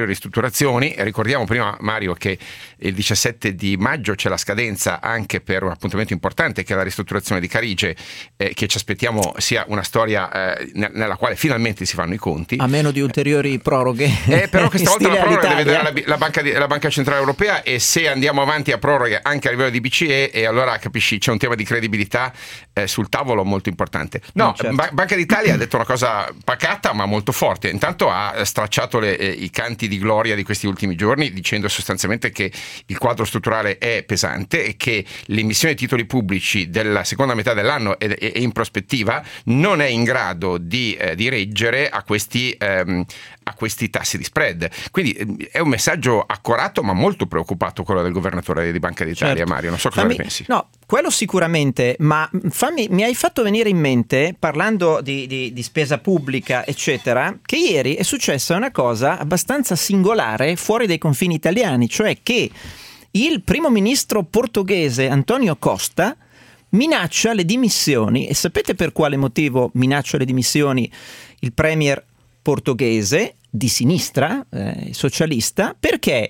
necessario ristrutturazioni. Ricordiamo prima, Mario, che il diciassette di maggio c'è la scadenza anche per un appuntamento importante che è la ristrutturazione di Carige, eh, che ci aspettiamo sia una storia eh, nella quale finalmente si fanno i conti. A meno di ulteriori proroghe. Eh, però questa volta la proroga deve all'Italia. dare la, la, banca di, la Banca Centrale Europea, e se andiamo avanti a proroghe anche a livello di B C E, e allora capisci c'è un tema di credibilità eh, sul tavolo molto importante. No, Eh, certo. ba- Banca d'Italia ha detto una cosa pacata ma molto forte. Intanto ha stracciato le, eh, i canti di gloria di questi ultimi giorni, dicendo sostanzialmente che il quadro strutturale è pesante e che l'emissione di titoli pubblici della seconda metà dell'anno e, e in prospettiva non è in grado di, eh, di reggere a questi, ehm, a questi tassi di spread. Quindi eh, è un messaggio accorato ma molto preoccupato quello del governatore di Banca d'Italia. Certo. Mario, non so cosa Fammi- ne pensi. No, quello sicuramente, ma fammi, mi hai fatto venire in mente, parlando di, di, di spesa pubblica, eccetera, che ieri è successa una cosa abbastanza singolare fuori dai confini italiani, cioè che il primo ministro portoghese António Costa minaccia le dimissioni. E sapete per quale motivo minaccia le dimissioni il premier portoghese di sinistra, eh, socialista? Perché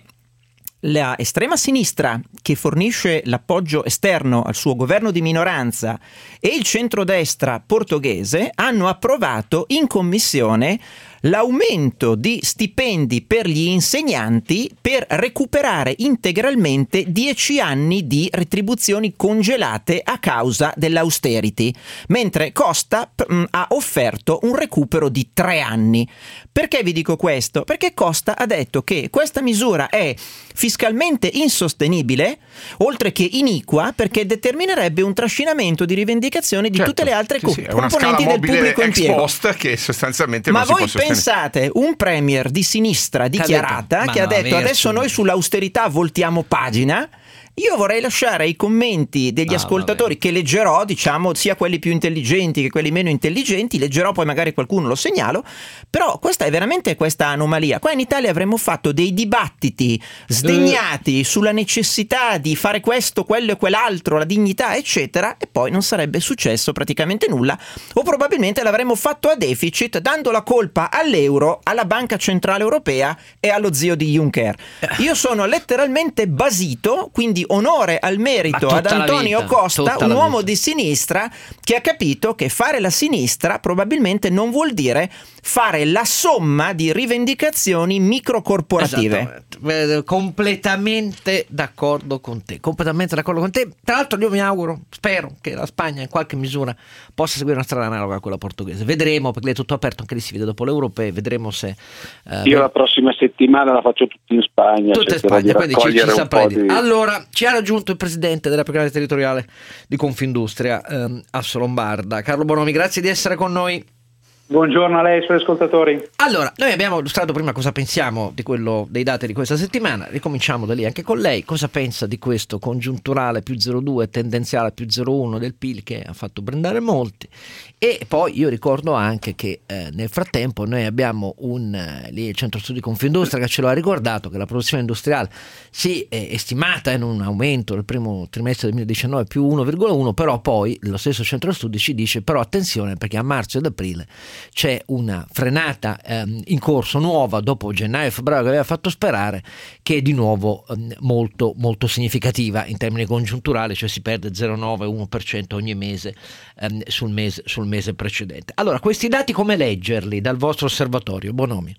la estrema sinistra, che fornisce l'appoggio esterno al suo governo di minoranza, e il centrodestra portoghese hanno approvato in commissione l'aumento di stipendi per gli insegnanti per recuperare integralmente dieci anni di retribuzioni congelate a causa dell'austerity, mentre Costa mh, ha offerto un recupero di tre anni. Perché vi dico questo? Perché Costa ha detto che questa misura è fiscalmente insostenibile, oltre che iniqua, perché determinerebbe un trascinamento di rivendicazioni di Certo, tutte le altre sì, co- sì, è una scala componenti del mobile pubblico ex impiego. post che sostanzialmente Ma non si voi può sostenere. pensate, un premier di sinistra dichiarata detto, che ha ma no, detto averci- adesso noi sull'austerità voltiamo pagina? Io vorrei lasciare i commenti degli No, ascoltatori, che leggerò, diciamo, sia quelli più intelligenti che quelli meno intelligenti, leggerò, poi magari qualcuno lo segnalo, però questa è veramente questa anomalia. Qua in Italia avremmo fatto dei dibattiti sdegnati Eh. sulla necessità di fare questo, quello e quell'altro, la dignità, eccetera, e poi non sarebbe successo praticamente nulla, o probabilmente l'avremmo fatto a deficit, dando la colpa all'euro, alla Banca Centrale Europea e allo zio di Juncker. Io sono letteralmente basito, quindi onore al merito Ma ad tutta la Antonio vita, Costa, tutta un la uomo vita. di sinistra che ha capito che fare la sinistra probabilmente non vuol dire fare la somma di rivendicazioni microcorporative. Esattamente. Eh, completamente d'accordo con te, completamente d'accordo con te. Tra l'altro io mi auguro, spero che la Spagna in qualche misura possa seguire una strada analoga a quella portoghese. Vedremo, perché è tutto aperto, anche lì si vede dopo l'Europeo, vedremo se eh, Io la prossima settimana la faccio tutta in Spagna. tutta in cercherò di Spagna, quindi ci, ci raccogliere un saprai po' dire. di- Allora, ci ha raggiunto il presidente della procura territoriale di Confindustria, ehm, Assolombarda. Carlo Bonomi, grazie di essere con noi. Buongiorno a lei e ai suoi ascoltatori. Allora, noi abbiamo illustrato prima cosa pensiamo di quello, dei dati di questa settimana, ricominciamo da lì anche con lei. Cosa pensa di questo congiunturale più zero virgola due, tendenziale più zero virgola uno del P I L che ha fatto brindare molti? E poi io ricordo anche che eh, nel frattempo noi abbiamo un eh, lì il centro studi Confindustria che ce lo ha ricordato, che la produzione industriale sì, è, è stimata in un aumento nel primo trimestre del duemiladiciannove più uno virgola uno, però poi lo stesso centro studi ci dice però attenzione, perché a marzo ed aprile c'è una frenata ehm, in corso nuova dopo gennaio e febbraio che aveva fatto sperare, che è di nuovo ehm, molto molto significativa in termini congiunturali, cioè si perde zero virgola nove uno per cento ogni mese ehm, sul mese sul mese precedente. Allora, questi dati come leggerli dal vostro osservatorio, Bonomi?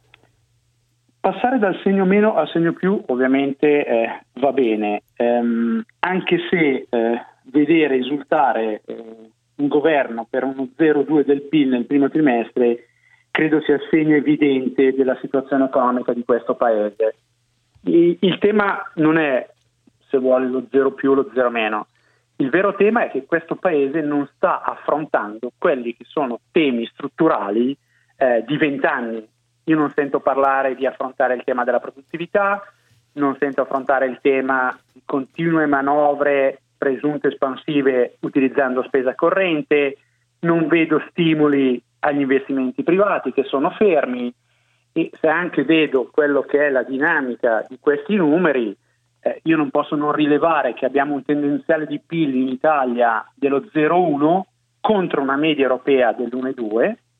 Passare dal segno meno al segno più ovviamente eh, va bene, ehm, anche se eh, vedere risultare eh, un governo per uno zero virgola due del P I L nel primo trimestre credo sia il segno evidente della situazione economica di questo paese. Il, il tema non è, se vuole, lo zero più o lo zero meno. Il vero tema è che questo paese non sta affrontando quelli che sono temi strutturali eh, di vent'anni. Io non sento parlare di affrontare il tema della produttività, non sento affrontare il tema di continue manovre presunte espansive utilizzando spesa corrente, non vedo stimoli agli investimenti privati che sono fermi, e se anche vedo quello che è la dinamica di questi numeri, eh, io non posso non rilevare che abbiamo un tendenziale di P I L in Italia dello zero virgola uno contro una media europea dell'uno virgola due,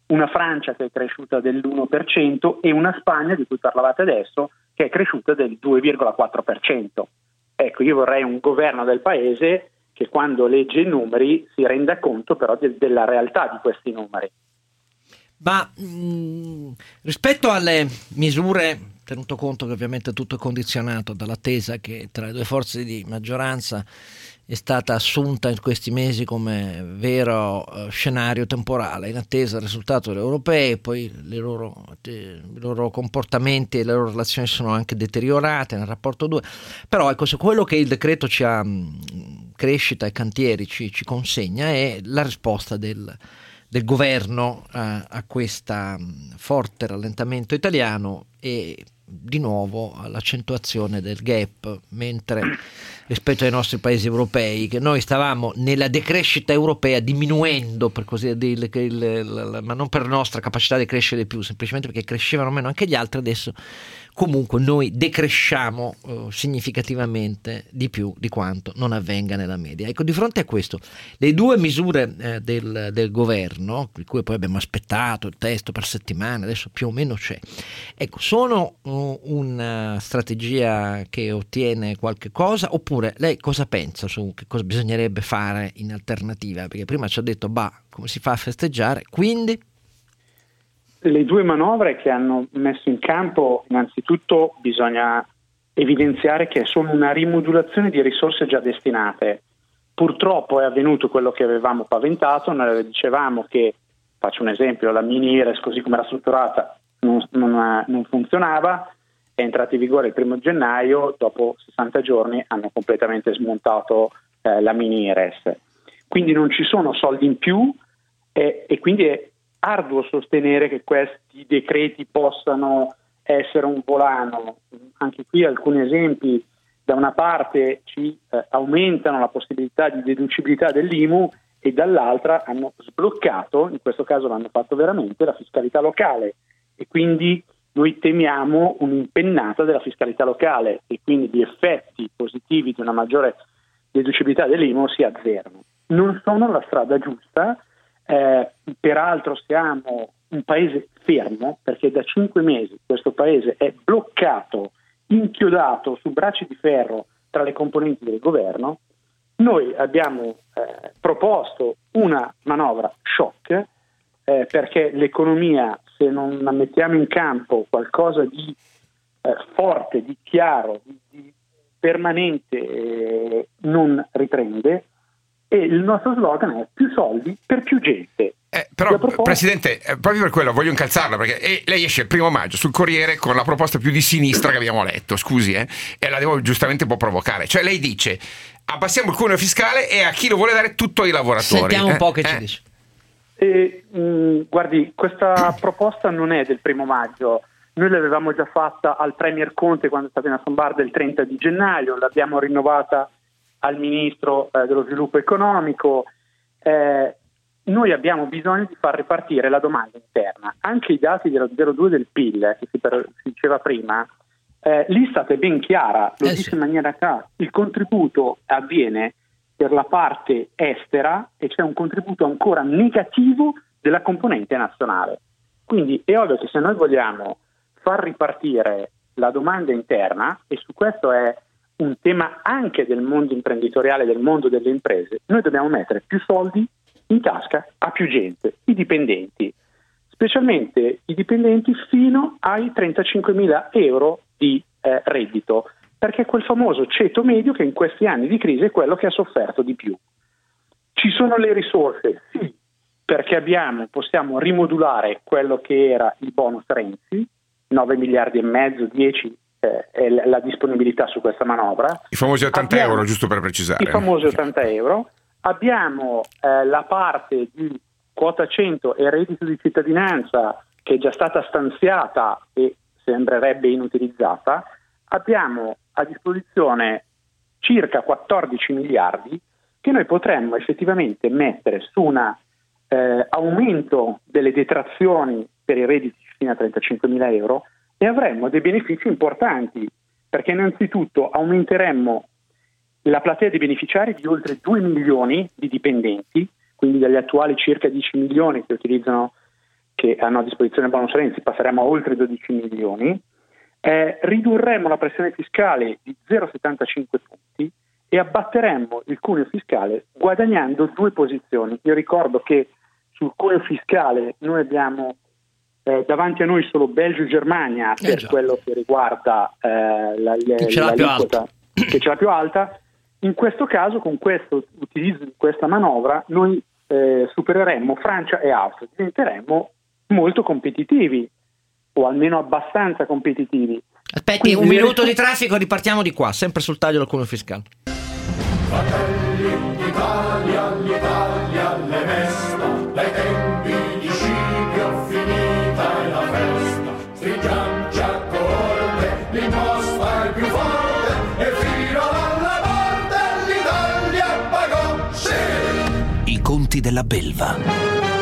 una Francia che è cresciuta dell'uno per cento e una Spagna, di cui parlavate adesso, che è cresciuta del due virgola quattro per cento. Ecco, io vorrei un governo del paese che quando legge i numeri si renda conto però de- della realtà di questi numeri. Ma mh, rispetto alle misure, tenuto conto che ovviamente tutto è condizionato dall'attesa che tra le due forze di maggioranza è stata assunta in questi mesi come vero uh, scenario temporale, in attesa del risultato delle europee, poi le loro, te, i loro comportamenti e le loro relazioni sono anche deteriorate nel rapporto due, però ecco, se quello che il decreto ci ha, mh, crescita e cantieri ci, ci consegna è la risposta del del governo a, a questo forte rallentamento italiano e di nuovo all'accentuazione del gap, mentre rispetto ai nostri paesi europei, che noi stavamo nella decrescita europea diminuendo, per così dire, il, il, ma non per nostra capacità di crescere di più, semplicemente perché crescevano meno anche gli altri, adesso comunque noi decresciamo uh, significativamente di più di quanto non avvenga nella media. Ecco, di fronte a questo, le due misure eh, del, del governo, di cui poi abbiamo aspettato il testo per settimane, adesso più o meno c'è, ecco, sono uh, una strategia che ottiene qualche cosa, oppure lei cosa pensa su che cosa bisognerebbe fare in alternativa? Perché prima ci ha detto, bah, come si fa a festeggiare, quindi... Le due manovre che hanno messo in campo, innanzitutto bisogna evidenziare che sono una rimodulazione di risorse già destinate. Purtroppo è avvenuto quello che avevamo paventato, noi dicevamo che, faccio un esempio, la mini IRES così come era strutturata non, non, non funzionava, è entrata in vigore il primo gennaio, dopo sessanta giorni hanno completamente smontato eh, la mini IRES. Quindi non ci sono soldi in più eh, e quindi è arduo sostenere che questi decreti possano essere un volano. Anche qui alcuni esempi: da una parte ci eh, aumentano la possibilità di deducibilità dell'I M U e dall'altra hanno sbloccato, in questo caso l'hanno fatto veramente, la fiscalità locale, e quindi noi temiamo un'impennata della fiscalità locale e quindi gli effetti positivi di una maggiore deducibilità dell'I M U si azzerano. Non sono la strada giusta. Eh, peraltro siamo un paese fermo, perché da cinque mesi questo paese è bloccato, inchiodato su bracci di ferro tra le componenti del governo. Noi abbiamo eh, proposto una manovra shock eh, perché l'economia, se non mettiamo in campo qualcosa di eh, forte, di chiaro, di, di permanente, eh, non riprende. E il nostro slogan è più soldi per più gente. Eh, però Presidente, eh, proprio per quello voglio incalzarla, perché eh, lei esce il primo maggio sul Corriere con la proposta più di sinistra che abbiamo letto, scusi, eh, e la devo giustamente un po' provocare. Cioè lei dice abbassiamo il cuneo fiscale e a chi lo vuole dare tutto ai lavoratori. Sentiamo un po' che eh, ci eh. dice. E, mh, guardi, questa proposta non è del primo maggio. Noi l'avevamo già fatta al Premier Conte quando è stato in Assombarda il trenta di gennaio, l'abbiamo rinnovata al Ministro eh, dello Sviluppo Economico. Eh, noi abbiamo bisogno di far ripartire la domanda interna. Anche i dati dello zero virgola due del P I L, che si, per, si diceva prima, eh, l'Istat è ben chiara, lo eh dice sì. in maniera chiara. Il contributo avviene per la parte estera e c'è un contributo ancora negativo della componente nazionale. Quindi è ovvio che se noi vogliamo far ripartire la domanda interna, e su questo è un tema anche del mondo imprenditoriale, del mondo delle imprese, noi dobbiamo mettere più soldi in tasca a più gente, i dipendenti, specialmente i dipendenti fino ai trentacinquemila euro di eh, reddito, perché quel famoso ceto medio che in questi anni di crisi è quello che ha sofferto di più. Ci sono le risorse? Sì, perché abbiamo, possiamo rimodulare quello che era il bonus Renzi, nove miliardi e mezzo, dieci eh, è la disponibilità su questa manovra. I famosi ottanta abbiamo, euro, giusto per precisare. I famosi ottanta euro. Abbiamo eh, la parte di quota cento e reddito di cittadinanza che è già stata stanziata e sembrerebbe inutilizzata. Abbiamo a disposizione circa quattordici miliardi che noi potremmo effettivamente mettere su un eh, aumento delle detrazioni per i redditi fino a trentacinquemila euro e avremmo dei benefici importanti, perché innanzitutto aumenteremmo la platea di beneficiari di oltre due milioni di dipendenti, quindi dagli attuali circa dieci milioni che utilizzano che hanno a disposizione il bonus Renzi, passeremo a oltre dodici milioni, eh, ridurremmo la pressione fiscale di zero virgola settantacinque punti e abbatteremmo il cuneo fiscale guadagnando due posizioni. Io ricordo che sul cuneo fiscale noi abbiamo eh, davanti a noi solo Belgio e Germania eh per già. quello che riguarda eh, la, che ce l'ha più alta. che ce l'ha più alta. In questo caso, con questo utilizzo di questa manovra, noi eh, supereremmo Francia e Austria, diventeremmo molto competitivi, o almeno abbastanza competitivi. Aspetti, Quindi un minuto le- di traffico, ripartiamo di qua, sempre sul taglio del cuneo fiscale. Fratelli d'Italia, l'Italia alle mesta, dai tempi di Scipio finita è la festa. Stringiamoci a coorte, l'imposta è più forte, e fino alla morte l'Italia pagò, sì! I conti della belva.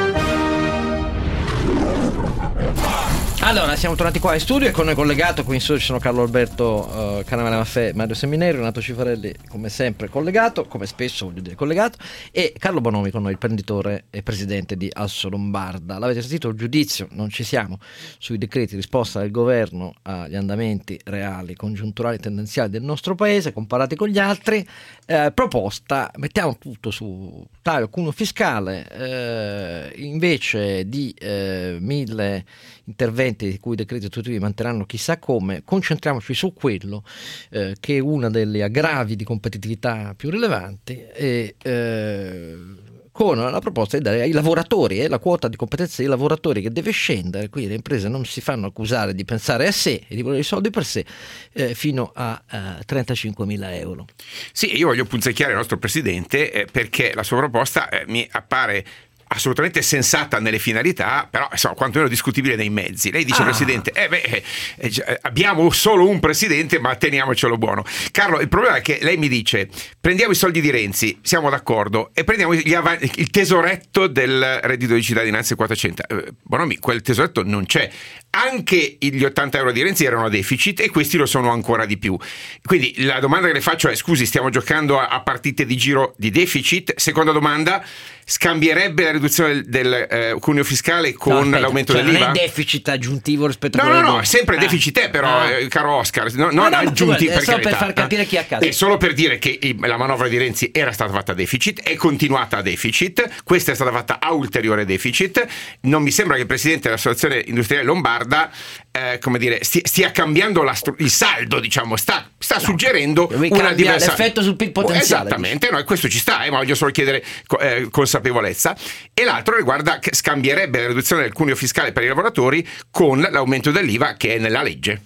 Allora, siamo tornati qua in studio e con noi collegato, qui in studio ci sono Carlo Alberto uh, Carnevale Maffè, Mario Seminario, Renato Cifarelli come sempre collegato, come spesso voglio dire collegato, e Carlo Bonomi con noi, il prenditore e presidente di Assolombarda. L'avete sentito il giudizio, non ci siamo, sui decreti risposta del governo agli andamenti reali, congiunturali e tendenziali del nostro paese comparati con gli altri, eh, proposta, mettiamo tutto su taglio cuneo fiscale, eh, invece di eh, mille interventi di cui i decreti attuativi manterranno chissà come, concentriamoci su quello eh, che è una delle aggravi di competitività più rilevanti e eh, con la proposta di dare ai lavoratori eh, la quota di competenza dei lavoratori che deve scendere, quindi le imprese non si fanno accusare di pensare a sé e di volere i soldi per sé, eh, fino a eh, trentacinquemila euro. Sì, io voglio punzecchiare il nostro presidente eh, perché la sua proposta eh, mi appare assolutamente sensata nelle finalità, però insomma quantomeno discutibile nei mezzi. Lei dice, ah. Presidente, eh beh, eh, eh, abbiamo solo un presidente, ma teniamocelo buono. Carlo, il problema è che lei mi dice prendiamo i soldi di Renzi, siamo d'accordo, e prendiamo gli av- il tesoretto del reddito di cittadinanza quattrocento. Eh, Bonomi, quel tesoretto non c'è. Anche gli ottanta euro di Renzi erano a deficit e questi lo sono ancora di più. Quindi la domanda che le faccio è: scusi, stiamo giocando a, a partite di giro di deficit? Seconda domanda: scambierebbe la riduzione del, del eh, cuneo fiscale con no, aspetta, l'aumento cioè dell'I V A? Non è deficit aggiuntivo rispetto no, a quello no, del no, sempre ah. deficit è però, ah. eh, caro Oscar, no, non no, no, aggiunti, per, per solo carità. per far capire chi è a casa. È solo per dire che il, la manovra di Renzi era stata fatta a deficit, è continuata a deficit, questa è stata fatta a ulteriore deficit. Non mi sembra che il presidente dell'Associazione Industriale Lombarda eh, come dire, stia, stia cambiando la stru- il saldo, diciamo, sta, sta no, suggerendo una diversa l'effetto sul P I L potenziale. Esattamente, no, e questo ci sta, eh, ma voglio solo chiedere eh, consapevolezza. E l'altro riguarda che scambierebbe la riduzione del cuneo fiscale per i lavoratori con l'aumento dell'I V A che è nella legge.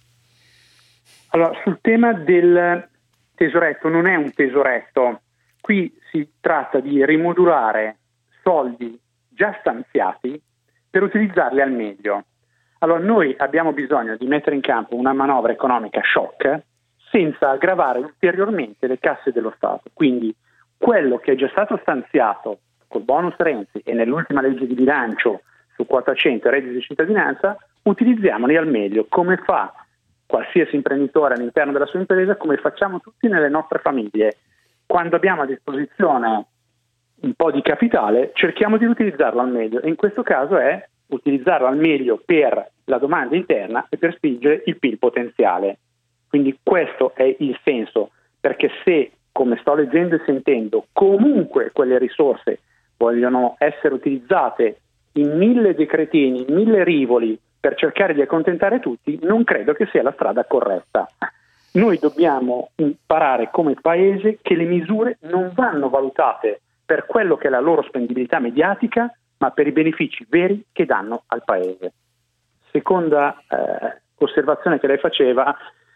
Allora, sul tema del tesoretto, non è un tesoretto, qui si tratta di rimodulare soldi già stanziati per utilizzarli al meglio. Allora, noi abbiamo bisogno di mettere in campo una manovra economica shock senza aggravare ulteriormente le casse dello Stato. Quindi quello che è già stato stanziato col bonus Renzi e nell'ultima legge di bilancio su quattrocento redditi di cittadinanza, utilizziamoli al meglio, come fa qualsiasi imprenditore all'interno della sua impresa, come facciamo tutti nelle nostre famiglie. Quando abbiamo a disposizione un po' di capitale, cerchiamo di utilizzarlo al meglio, e in questo caso è utilizzarlo al meglio per la domanda interna e per spingere il P I L potenziale. Quindi questo è il senso, perché se, come sto leggendo e sentendo, comunque quelle risorse vogliono essere utilizzate in mille decretini, in mille rivoli per cercare di accontentare tutti, non credo che sia la strada corretta. Noi dobbiamo imparare come paese che le misure non vanno valutate per quello che è la loro spendibilità mediatica, ma per i benefici veri che danno al paese. Seconda eh, osservazione che lei faceva,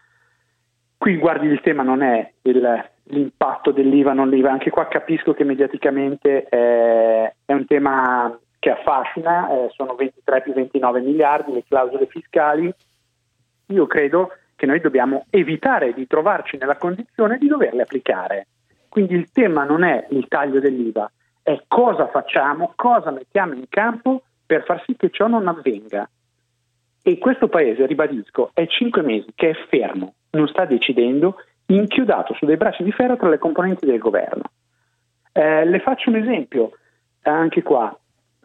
qui guardi il tema non è il, l'impatto dell'I V A, non l'I V A, anche qua capisco che mediaticamente è, è un tema che affascina, eh, sono ventitré più ventinove miliardi, le clausole fiscali. Io credo che noi dobbiamo evitare di trovarci nella condizione di doverle applicare. Quindi il tema non è il taglio dell'I V A, è cosa facciamo, cosa mettiamo in campo per far sì che ciò non avvenga. E questo paese, ribadisco, è cinque mesi che è fermo, non sta decidendo, inchiodato su dei bracci di ferro tra le componenti del governo. Eh, le faccio un esempio, eh, anche qua.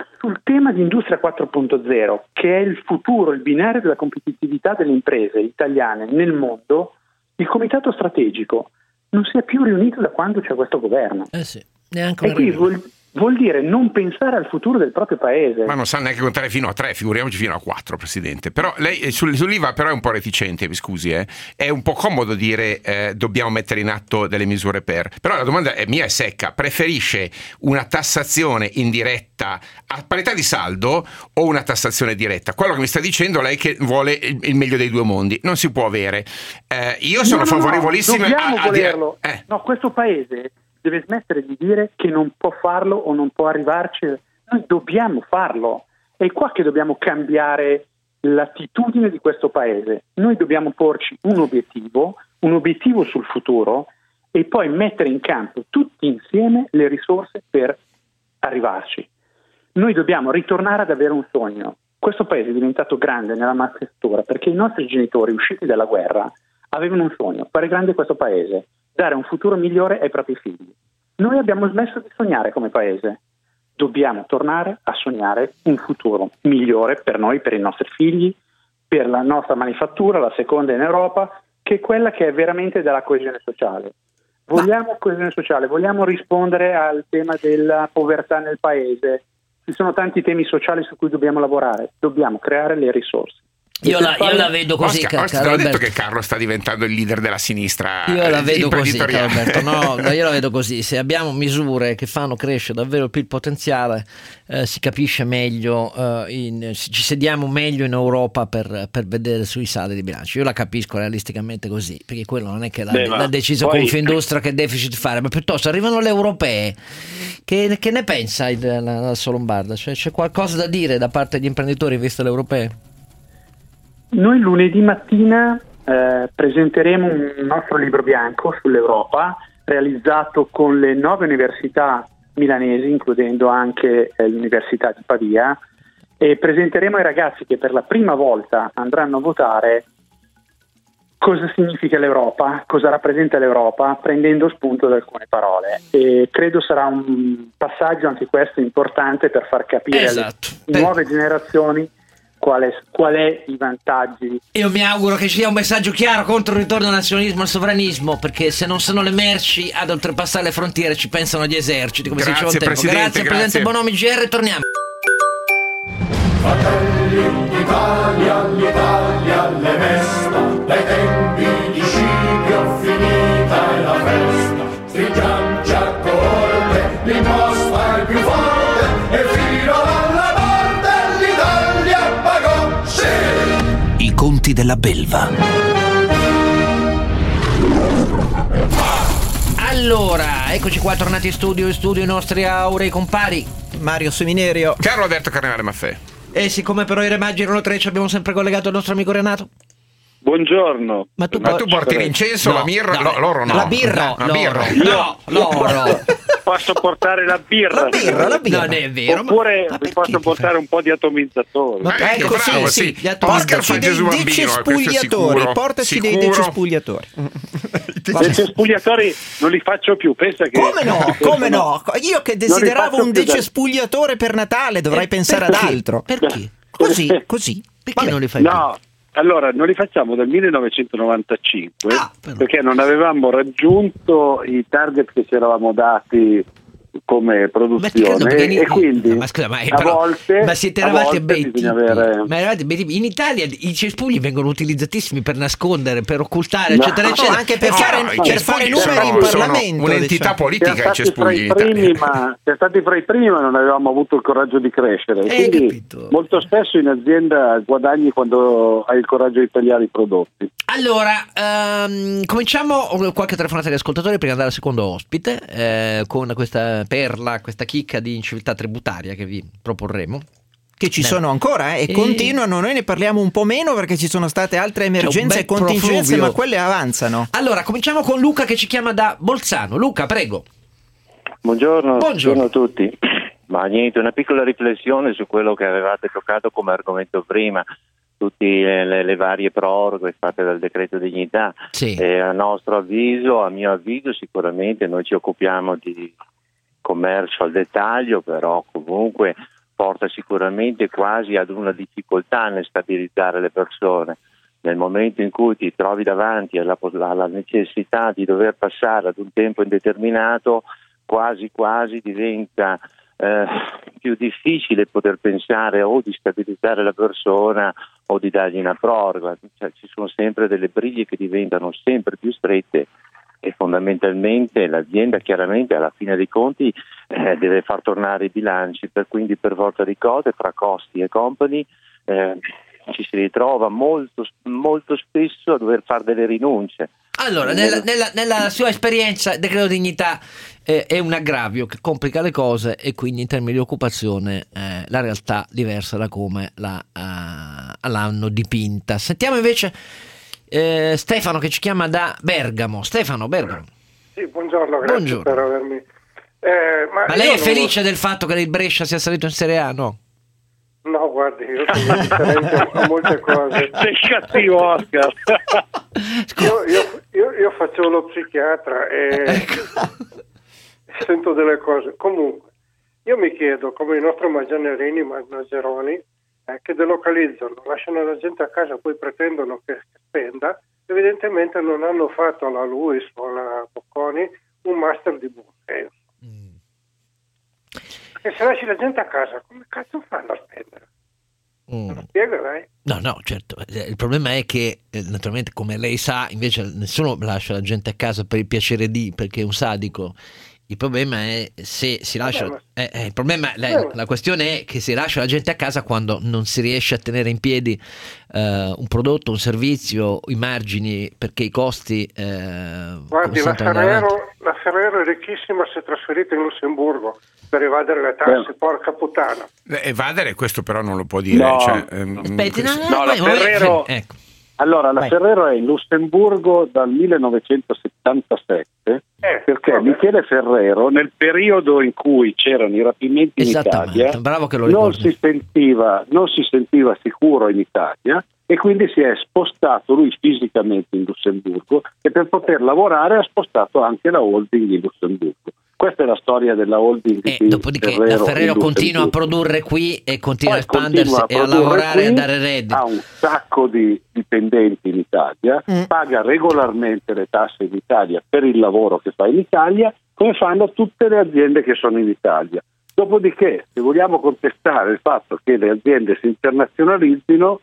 sul tema di Industria quattro punto zero, che è il futuro, il binario della competitività delle imprese italiane nel mondo, il comitato strategico non si è più riunito da quando c'è questo governo. Eh sì, neanche e qui vuol, vuol dire non pensare al futuro del proprio paese. Ma non sa neanche contare fino a tre, figuriamoci fino a quattro, Presidente. Però lei sul, sull'I V A però è un po' reticente, mi scusi, eh? È un po' comodo dire eh, dobbiamo mettere in atto delle misure per. Però la domanda è mia è secca: preferisce una tassazione indiretta a parità di saldo o una tassazione diretta? Quello che mi sta dicendo lei che vuole il, il meglio dei due mondi. Non si può avere. Eh, io sono no, no, favorevolissimo no, dobbiamo a, a volerlo. Eh. No, questo paese deve smettere di dire che non può farlo o non può arrivarci. Noi dobbiamo farlo. È qua che dobbiamo cambiare l'attitudine di questo paese. Noi dobbiamo porci un obiettivo, un obiettivo sul futuro e poi mettere in campo tutti insieme le risorse per arrivarci. Noi dobbiamo ritornare ad avere un sogno. Questo paese è diventato grande nella manifattura perché i nostri genitori usciti dalla guerra avevano un sogno, fare grande questo paese, dare un futuro migliore ai propri figli. Noi abbiamo smesso di sognare come paese. Dobbiamo tornare a sognare un futuro migliore per noi, per i nostri figli, per la nostra manifattura, la seconda in Europa, che è quella che è veramente della coesione sociale. Vogliamo coesione sociale, vogliamo rispondere al tema della povertà nel paese. Ci sono tanti temi sociali su cui dobbiamo lavorare, dobbiamo creare le risorse. Io la, io la vedo così. Oscar, Oscar, Carlo ho detto Alberto. che Carlo sta diventando il leader della sinistra. Io la vedo così, Carlo imprenditoriale. Alberto. No, no, io la vedo così. Se abbiamo misure che fanno crescere davvero il P I L potenziale, eh, si capisce meglio, eh, in, ci sediamo meglio in Europa per, per vedere sui saldi di bilancio. Io la capisco realisticamente così, perché quello non è che l'ha, Beh, l'ha deciso poi... Confindustria che deficit fare, ma piuttosto arrivano le europee. Che, che ne pensa il, la, la Lombarda? Cioè, c'è qualcosa da dire da parte degli imprenditori viste le europee? Noi lunedì mattina eh, presenteremo un nostro libro bianco sull'Europa realizzato con le nove università milanesi, includendo anche eh, l'Università di Pavia, e presenteremo ai ragazzi che per la prima volta andranno a votare cosa significa l'Europa, cosa rappresenta l'Europa, prendendo spunto da alcune parole. E credo sarà un passaggio anche questo importante per far capire Esatto. alle nuove generazioni Qual è, qual è i vantaggi. Io mi auguro che ci sia un messaggio chiaro contro il ritorno al nazionalismo e al sovranismo, perché se non sono le merci ad oltrepassare le frontiere ci pensano gli eserciti, come Grazie, si diceva un tempo. Presidente, Grazie, Presidente grazie. Bonomi, G R, torniamo. Fratelli d'Italia, l'Italia le mesta, dai tempi di Scipio finita è la festa, stringiamoci a corte, l'imposta è più forte e fino alla morte l'Italia pagò, sì! I conti della belva. Allora, eccoci qua tornati in studio, in studio i nostri aurei compari. Mario Seminerio. Carlo Alberto Carnevale Maffè. E siccome però i re magi erano tre, ci abbiamo sempre collegato il nostro amico Renato. Buongiorno. Ma tu, Ma tu porti l'incenso, No, la mirra, no, lo- l'oro no. La birra, la l'oro. birra. No, l'oro. Posso portare la birra? La birra, la birra. Non è vero. ma- Oppure ma vi perché posso ti portare un po' di atomizzatori. Ma Ecco, ecco, bravo, sì, sì. sì, gli Oscar fa portaci Gesù dei bambino, questo è decespugliatori, sicuro. portaci dei Sicuro. decespugliatori. Se c'è spugliatori non li faccio più, pensa che... Come no? Come no? Io che desideravo faccio un più da- decespugliatore per Natale, dovrei Eh, pensare perché? ad altro. Perché? Così, così. Perché Vabbè. non li fai No, allora non li facciamo dal millenovecentonovantacinque Ah, però. perché non avevamo raggiunto i target che ci eravamo dati come più? Ma ti credo, produzione perché in- e quindi ma scusa, ma, a però- volte, ma siete a eravate volte bei bisogna tipi. avere... Ma eravate bei tipi. In Italia i cespugli vengono utilizzatissimi per nascondere, per occultare, No. eccetera, No, eccetera. anche per No, fare, i per cespugli fare sono- numeri in sono Parlamento. un'entità diciamo. politica i Siamo stati fra cespugli in i Italia. primi, ma siamo stati fra i primi, ma non avevamo avuto il coraggio di crescere. Eh, Quindi capito. molto spesso in azienda guadagni quando hai il coraggio di tagliare i prodotti. Allora, ehm, cominciamo qualche telefonata agli ascoltatori prima di andare al secondo ospite, eh, con questa perla, questa chicca di inciviltà tributaria che vi proporremo. Che ci Beh. sono ancora eh, e E- continuano, noi ne parliamo un po' meno perché ci sono state altre emergenze bel e contingenze, profluvio. ma quelle avanzano. Allora, cominciamo con Luca che ci chiama da Bolzano. Luca, prego. Buongiorno, Buongiorno. buongiorno a tutti. Ma niente, una piccola riflessione su quello che avevate toccato come argomento prima, tutte le, le varie proroghe fatte dal decreto dignità. Sì. Eh, a nostro avviso, a mio avviso sicuramente noi ci occupiamo di commercio al dettaglio, però comunque porta sicuramente quasi ad una difficoltà nel stabilizzare le persone. Nel momento in cui ti trovi davanti alla, alla necessità di dover passare ad un tempo indeterminato, quasi quasi diventa eh, più difficile poter pensare o di stabilizzare la persona o di dargli una proroga. Cioè, ci sono sempre delle briglie che diventano sempre più strette e fondamentalmente l'azienda chiaramente alla fine dei conti eh, deve far tornare i bilanci, per quindi per forza di cose tra costi e company eh, ci si ritrova molto, molto spesso a dover fare delle rinunce. Allora, nella, nella, nella sua esperienza, il decreto dignità eh, è un aggravio che complica le cose e quindi in termini di occupazione eh, la realtà diversa da come la, uh, l'hanno dipinta. Sentiamo invece eh, Stefano che ci chiama da Bergamo. Stefano, Bergamo. Sì, buongiorno, grazie buongiorno. per avermi... Eh, ma ma lei è felice lo... del fatto che il Brescia sia salito in Serie A? No? No, guardi, io sono differente a molte cose. Sei cattivo, Oscar. io, io, io, io facevo lo psichiatra e sento delle cose. Comunque, io mi chiedo come i nostri Maggianerini, Maggeroni, eh, che delocalizzano, lasciano la gente a casa, poi pretendono che spenda, evidentemente non hanno fatto alla Luis o alla Bocconi un master di buon senso. E se lasci la gente a casa, come cazzo fanno a spendere? Mm. Lo spiega lei? No, no, certo. Il problema è che, eh, naturalmente, come lei sa, invece nessuno lascia la gente a casa per il piacere di, perché è un sadico. Il problema è se si lascia. Vabbè, eh, eh, il problema, la, la questione è che si lascia la gente a casa quando non si riesce a tenere in piedi eh, un prodotto, un servizio, i margini, perché i costi. Eh, Guardi, la Ferrero, la Ferrero è ricchissima, si è trasferita in Lussemburgo per evadere le tasse, eh. porca puttana. Evadere questo però non lo può dire. No. Cioè, ehm, Aspetti, no, no, no, la Ferrero... Ecco. Allora, la Vai. Ferrero è in Lussemburgo dal millenovecentosettantasette Eh, perché vabbè. Michele Ferrero, nel periodo in cui c'erano i rapimenti in Italia, bravo che lo non ricordi. si sentiva, non si sentiva sicuro in Italia e quindi si è spostato lui fisicamente in Lussemburgo e per poter lavorare ha spostato anche la holding in Lussemburgo. Questa è la storia della holding E di dopodiché Ferrero la Ferrero in continua a Lussemburgo. produrre qui e continua Poi a espandersi continua e a produrre lavorare qui, e a dare reddito. ha un sacco di dipendenti in Italia, Mm. paga regolarmente le tasse in Italia per il lavoro che fa in Italia, come fanno tutte le aziende che sono in Italia. Dopodiché, se vogliamo contestare il fatto che le aziende si internazionalizzino,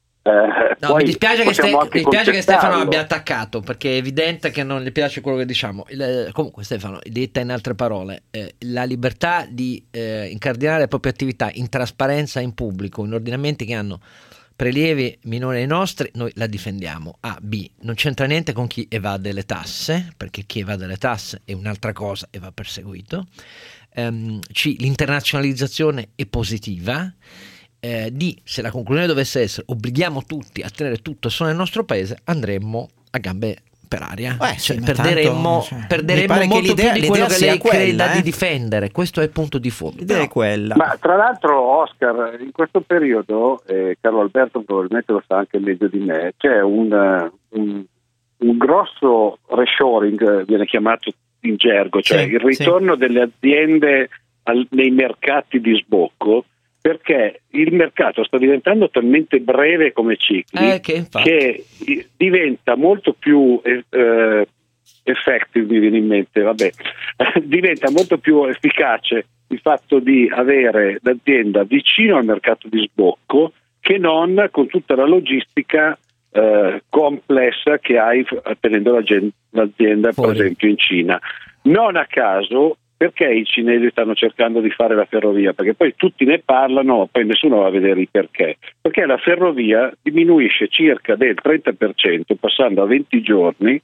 eh, No, poi mi dispiace, che, possiamo Ste- anche mi dispiace che Stefano contestarlo. abbia attaccato, perché è evidente che non gli piace quello che diciamo. Il- comunque Stefano, detta in altre parole, eh, la libertà di eh, incardinare le proprie attività in trasparenza in pubblico, in ordinamenti che hanno prelievi minori ai nostri, noi la difendiamo. A, B, non c'entra niente con chi evade le tasse, perché chi evade le tasse è un'altra cosa e va perseguito. Ehm, C, l'internazionalizzazione è positiva. Eh, D, se la conclusione dovesse essere obblighiamo tutti a tenere tutto solo nel nostro paese, andremmo a gambe per aria. Eh, sì, Cioè, ma perderemmo tanto, cioè, mi perderemmo pare che molto l'idea- più di quello l'idea che lei sia quella, creda eh. di difendere. Questo è il punto di fondo. L'idea è quella. Ma tra l'altro, Oscar, in questo periodo, eh, Carlo Alberto probabilmente lo sa anche meglio di me, c'è un, uh, un, un grosso reshoring, viene chiamato in gergo, cioè Sì, il ritorno delle aziende al, nei mercati di sbocco, perché il mercato sta diventando talmente breve come cicli Eh, che infatti. che i- diventa molto più eh, eh, effective, mi viene in mente, vabbè, diventa molto più efficace il fatto di avere l'azienda vicino al mercato di sbocco che non con tutta la logistica eh, complessa che hai f- tenendo la gen- l'azienda Fuori. per esempio in Cina. Non a caso, perché i cinesi stanno cercando di fare la ferrovia? Perché poi tutti ne parlano, poi nessuno va a vedere i perché. Perché la ferrovia diminuisce circa del trenta per cento, passando a venti giorni,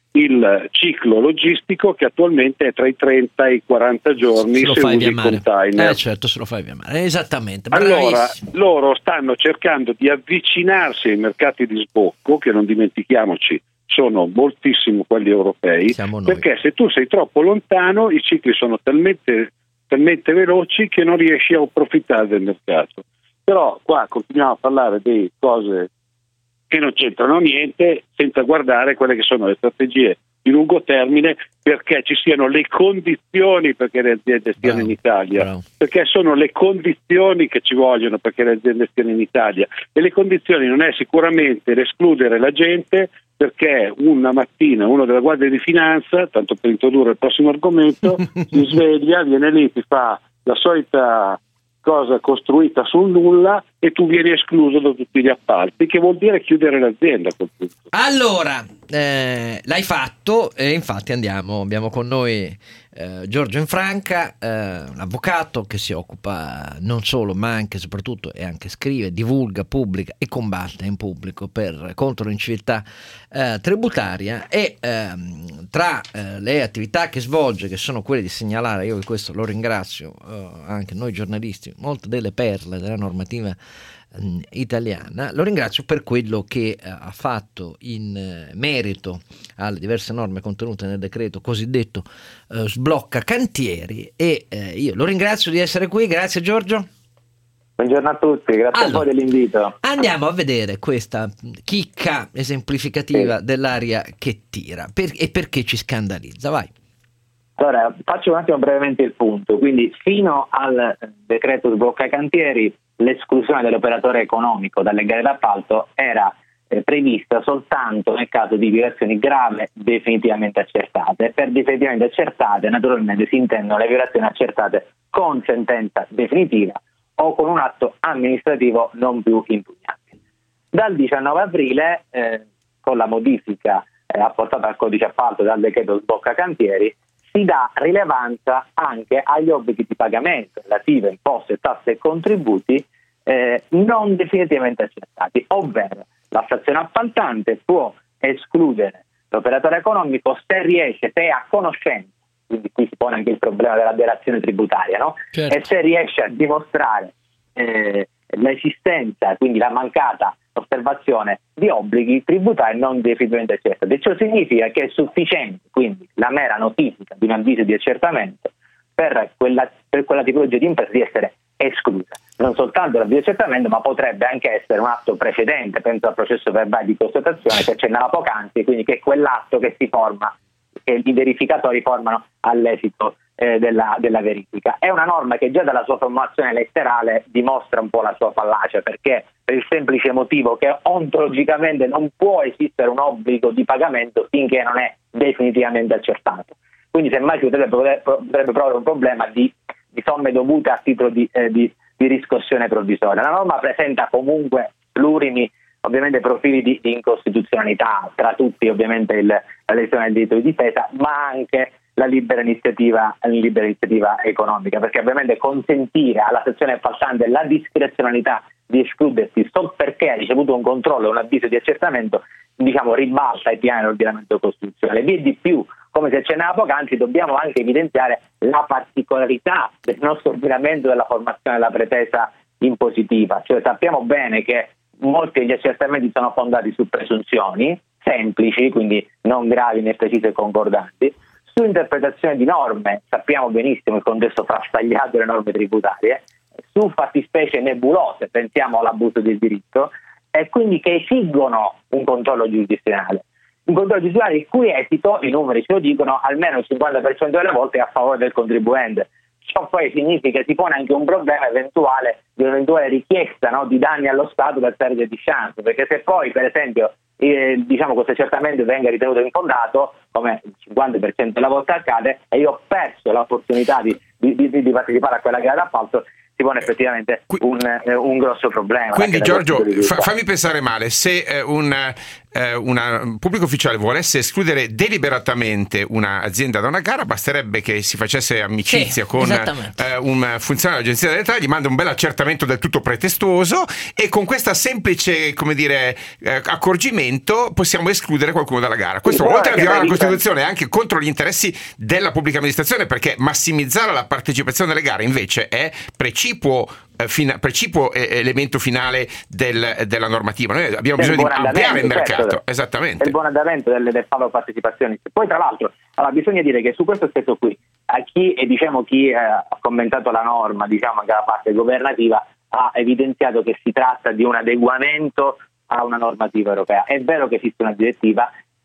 il ciclo logistico che attualmente è tra i trenta e i quaranta giorni Se lo se fai usi via il mare. container. Eh certo, se lo fai via mare. Esattamente. Allora, Bravissimo. loro stanno cercando di avvicinarsi ai mercati di sbocco, che non dimentichiamoci sono moltissimo quelli europei, Siamo noi. perché se tu sei troppo lontano i cicli sono talmente, talmente veloci che non riesci a approfittare del mercato. Però qua continuiamo a parlare di cose che non c'entrano niente senza guardare quelle che sono le strategie di lungo termine, perché ci siano le condizioni perché le aziende stiano in Italia, bravo. Perché sono le condizioni che ci vogliono perché le aziende stiano in Italia, e le condizioni non è sicuramente l'escludere la gente, perché una mattina uno della Guardia di Finanza, tanto per introdurre il prossimo argomento, si sveglia, viene lì, ti fa la solita cosa costruita sul nulla e tu vieni escluso da tutti gli appalti, che vuol dire chiudere l'azienda a quel punto. Allora, eh, l'hai fatto e infatti andiamo, abbiamo con noi eh, Giorgio Infranca, eh, un avvocato che si occupa non solo ma anche soprattutto e anche scrive, divulga, pubblica e combatte in pubblico per contro l'inciviltà eh, tributaria, e ehm, tra eh, le attività che svolge, che sono quelle di segnalare, io di questo lo ringrazio, eh, anche noi giornalisti, molte delle perle della normativa italiana, lo ringrazio per quello che eh, ha fatto in eh, merito alle diverse norme contenute nel decreto cosiddetto eh, sblocca cantieri, e eh, io lo ringrazio di essere qui. Grazie Giorgio. Buongiorno a tutti, grazie allora, a voi dell'invito. Andiamo a vedere questa chicca esemplificativa sì. dell'aria che tira per, e perché ci scandalizza. Vai. Allora, faccio un attimo brevemente il punto. Quindi fino al decreto sblocca cantieri l'esclusione dell'operatore economico dalle gare d'appalto era eh, prevista soltanto nel caso di violazioni gravi definitivamente accertate. Per definitivamente accertate naturalmente si intendono le violazioni accertate con sentenza definitiva o con un atto amministrativo non più impugnabile. Dal diciannove aprile, eh, con la modifica eh, apportata al codice appalto dal decreto sblocca cantieri, si dà rilevanza anche agli obblighi di pagamento relativi a imposte, tasse e contributi eh, non definitivamente accertati, ovvero la stazione appaltante può escludere l'operatore economico se riesce, se è a conoscenza, quindi qui si pone anche il problema della delazione tributaria, no? Certo. E se riesce a dimostrare eh, l'esistenza, quindi la mancata osservazione di obblighi tributari non definitivamente accertati. Ciò significa che è sufficiente quindi la mera notifica di un avviso di accertamento per quella, per quella tipologia di impresa di essere esclusa. Non soltanto l'avviso di accertamento, ma potrebbe anche essere un atto precedente, penso al processo verbale di constatazione che accennava poc'anzi, quindi che è quell'atto che si forma, che i verificatori formano all'esito eh, della, della verifica. È una norma che già dalla sua formulazione letterale dimostra un po' la sua fallacia, perché per il semplice motivo che ontologicamente non può esistere un obbligo di pagamento finché non è definitivamente accertato. Quindi semmai ci potrebbe, potrebbe proprio un problema di, di somme dovute a titolo di, eh, di, di riscossione provvisoria. La norma presenta comunque plurimi ovviamente profili di, di incostituzionalità, tra tutti ovviamente il, la lesione del diritto di difesa, ma anche la libera iniziativa, la libera iniziativa economica, perché ovviamente consentire alla sezione appaltante la discrezionalità di escludersi solo perché ha ricevuto un controllo, un avviso di accertamento, diciamo ribalta i piani dell'ordinamento costituzionale. Vi è di più, come si accennava poc'anzi, dobbiamo anche evidenziare la particolarità del nostro ordinamento della formazione della pretesa impositiva, cioè sappiamo bene che molti degli accertamenti sono fondati su presunzioni semplici, quindi non gravi né precise e concordanti, su interpretazione di norme, sappiamo benissimo il contesto frastagliato delle norme tributarie, su fattispecie nebulose, pensiamo all'abuso del diritto, e quindi che esigono un controllo giurisdizionale. Un controllo giurisdizionale il cui esito, i numeri ce lo dicono, almeno il cinquanta per cento delle volte è a favore del contribuente. Ciò poi significa che si pone anche un problema eventuale di un'eventuale richiesta, no, di danni allo Stato per perdita di chance, perché se poi per esempio eh, diciamo questo accertamento venga ritenuto infondato, come il cinquanta per cento della volta accade, e io ho perso l'opportunità di, di, di, di partecipare a quella gara d'appalto, si pone effettivamente un, eh, un grosso problema. Quindi Giorgio, fa, fammi pensare male, se eh, un eh, una, un pubblico ufficiale volesse escludere deliberatamente un'azienda da una gara, basterebbe che si facesse amicizia sì, con eh, un funzionario dell'Agenzia delle Entrate, gli manda un bel accertamento del tutto pretestuoso e con questa semplice, come dire, eh, accorgimento possiamo escludere qualcuno dalla gara. Questo sì, oltre a violare la Costituzione è anche contro gli interessi della pubblica amministrazione, perché massimizzare la partecipazione alle gare invece è precipuo eh, fina, precipuo eh, elemento finale del, della normativa. Noi abbiamo bisogno di ampliare il mercato. Certo. Esattamente. Il buon andamento delle, del fallo partecipazioni. Poi tra l'altro allora, bisogna dire che su questo aspetto qui a chi, e diciamo chi eh, ha commentato la norma, diciamo anche la parte governativa, ha evidenziato che si tratta di un adeguamento a una normativa europea. È vero che esiste una direttiva, è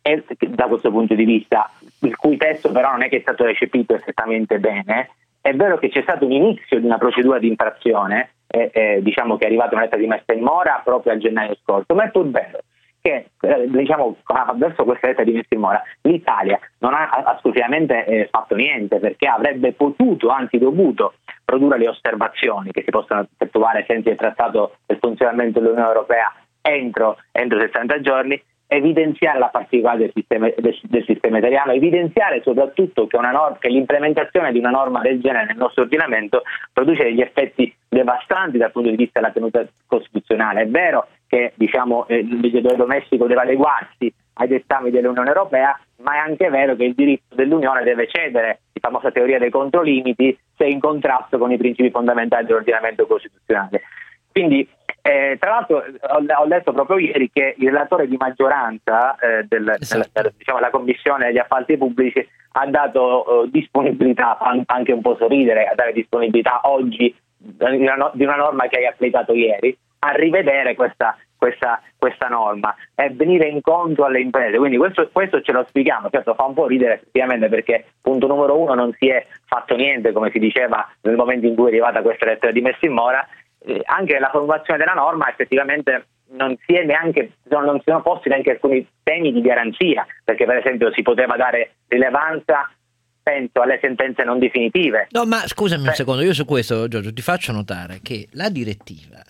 e da questo punto di vista, il cui testo però non è che è stato recepito effettivamente bene. È vero che c'è stato un inizio di una procedura di infrazione, eh, eh, diciamo che è arrivata una lettera di messa in mora proprio a gennaio scorso, ma è pur vero che eh, diciamo verso questa lettera di messa in mora l'Italia non ha esclusivamente eh, fatto niente, perché avrebbe potuto, anzi dovuto, produrre le osservazioni che si possono effettuare senza il trattato del funzionamento dell'Unione Europea entro, entro sessanta giorni, evidenziare la particolarità del sistema, del, del sistema italiano, evidenziare soprattutto che, una norma, che l'implementazione di una norma del genere nel nostro ordinamento produce degli effetti devastanti dal punto di vista della tenuta costituzionale. È vero che diciamo, eh, il legislatore domestico deve adeguarsi ai dettami dell'Unione Europea, ma è anche vero che il diritto dell'Unione deve cedere, la famosa teoria dei controlimiti, se in contrasto con i principi fondamentali dell'ordinamento costituzionale. Quindi, eh, tra l'altro, ho, ho letto proprio ieri che il relatore di maggioranza eh, del, esatto. della, diciamo, la Commissione degli appalti pubblici ha dato eh, disponibilità, anche un po' sorridere, a dare disponibilità oggi di una, di una norma che hai applicato ieri, a rivedere questa, questa, questa norma e venire incontro alle imprese. Quindi questo, questo ce lo spieghiamo. Certo, fa un po' ridere effettivamente, perché punto numero uno, non si è fatto niente, come si diceva nel momento in cui è arrivata questa lettera di messa in mora. Eh, anche la formulazione della norma effettivamente non si è neanche non si sono posti neanche alcuni temi di garanzia, perché per esempio si poteva dare rilevanza, penso, alle sentenze non definitive. No, ma scusami eh. un secondo, io su questo, Giorgio, ti faccio notare che la direttiva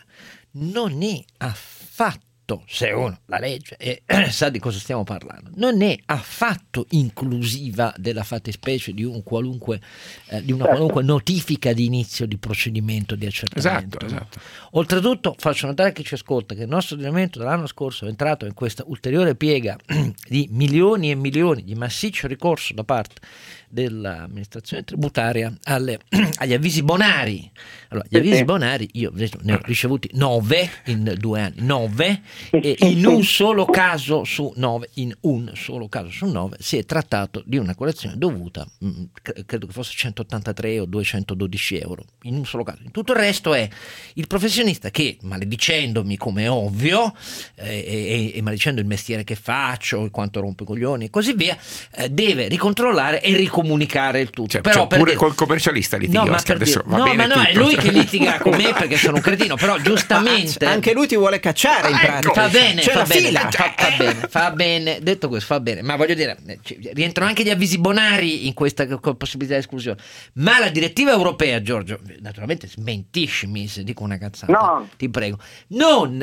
non è affatto, se uno la legge e sa di cosa stiamo parlando, non è affatto inclusiva della fattispecie di un qualunque eh, di una qualunque notifica di inizio di procedimento di accertamento. Esatto, esatto. Oltretutto faccio notare a chi ci ascolta che il nostro ordinamento dall'anno scorso è entrato in questa ulteriore piega di milioni e milioni di massiccio ricorso da parte dell'amministrazione tributaria alle, agli avvisi bonari. Allora, gli avvisi bonari io ne ho ricevuti nove in due anni, nove, e in un solo caso su nove, in un solo caso su nove si è trattato di una correzione dovuta, mh, credo che fosse centottantatré o duecentododici euro, in un solo caso. In tutto il resto è il professionista che, maledicendomi come è ovvio, eh, e, e maledicendo il mestiere che faccio, quanto rompo i coglioni e così via, eh, deve ricontrollare e ricomunicare il tutto. Cioè, però cioè, per pure dire... col commercialista litighi, no, Oscar, adesso dire... va no, bene ma no, tutto. è lui che litiga con me perché sono un cretino, però giustamente anche lui ti vuole cacciare in pratica. Fa bene, C'è fa la bene, fila. fa, fa bene, fa bene, detto questo, fa bene, ma voglio dire, rientrano anche gli avvisi bonari in questa possibilità di esclusione, ma la direttiva europea, Giorgio, naturalmente smentiscimi se dico una cazzata, no. ti prego, non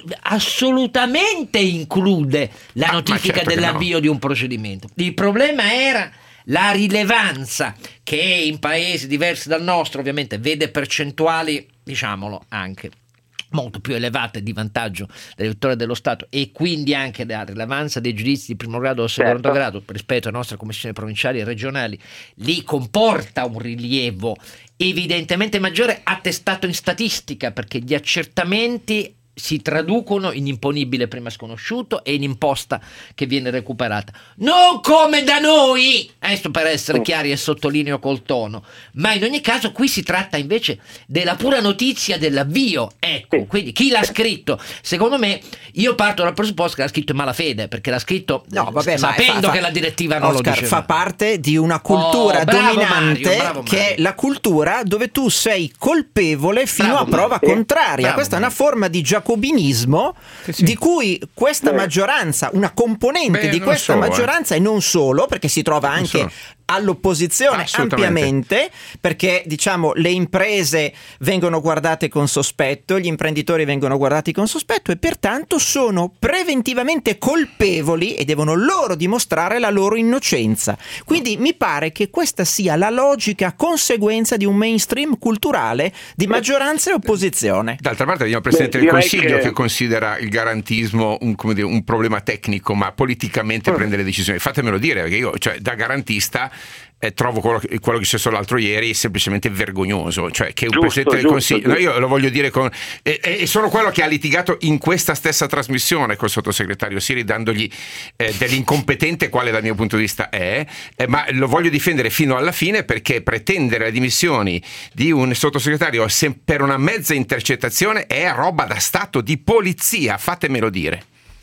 assolutamente include la ah, notifica certo dell'avvio no. di un procedimento. Il problema era la rilevanza che in paesi diversi dal nostro ovviamente vede percentuali, diciamolo, anche molto più elevate di vantaggio dell'elettore dello Stato, e quindi anche la rilevanza dei giudizi di primo grado o secondo certo. grado rispetto alle nostre commissioni provinciali e regionali lì comporta un rilievo evidentemente maggiore, attestato in statistica, perché gli accertamenti si traducono in imponibile prima sconosciuto e in imposta che viene recuperata, non come da noi, adesso per essere chiari e sottolineo col tono, ma in ogni caso qui si tratta invece della pura notizia dell'avvio. Ecco, quindi chi l'ha scritto, secondo me, io parto dal presupposto che l'ha scritto in malafede, perché l'ha scritto no, vabbè, sapendo fa, fa, che la direttiva non Oscar, lo diceva. fa parte di una cultura oh, bravo dominante, Mario, bravo che Mario. è la cultura dove tu sei colpevole fino bravo a prova Mario. contraria. Bravo Questa Mario. è una forma di giacobinismo sì, sì. di cui questa Beh. maggioranza, una componente Beh, di questa so, maggioranza, eh. e non solo, perché si trova non anche so. all'opposizione ampiamente, perché diciamo le imprese vengono guardate con sospetto, gli imprenditori vengono guardati con sospetto e pertanto sono preventivamente colpevoli e devono loro dimostrare la loro innocenza. Quindi mi pare che questa sia la logica conseguenza di un mainstream culturale di maggioranza e opposizione. D'altra parte abbiamo il Presidente Beh, del Consiglio che... che considera il garantismo un, come dire, un problema tecnico, ma politicamente oh. prende le decisioni. Fatemelo dire, perché io, cioè, da garantista eh, trovo quello che, quello che c'è stato l'altro ieri semplicemente vergognoso, cioè che un giusto, Presidente del giusto, Consiglio, no, io lo voglio dire con e, e sono quello che ha litigato in questa stessa trasmissione col sottosegretario Siri, dandogli eh, dell'incompetente quale dal mio punto di vista è, eh, ma lo voglio difendere fino alla fine, perché pretendere le dimissioni di un sottosegretario se per una mezza intercettazione è roba da stato di polizia, fatemelo dire.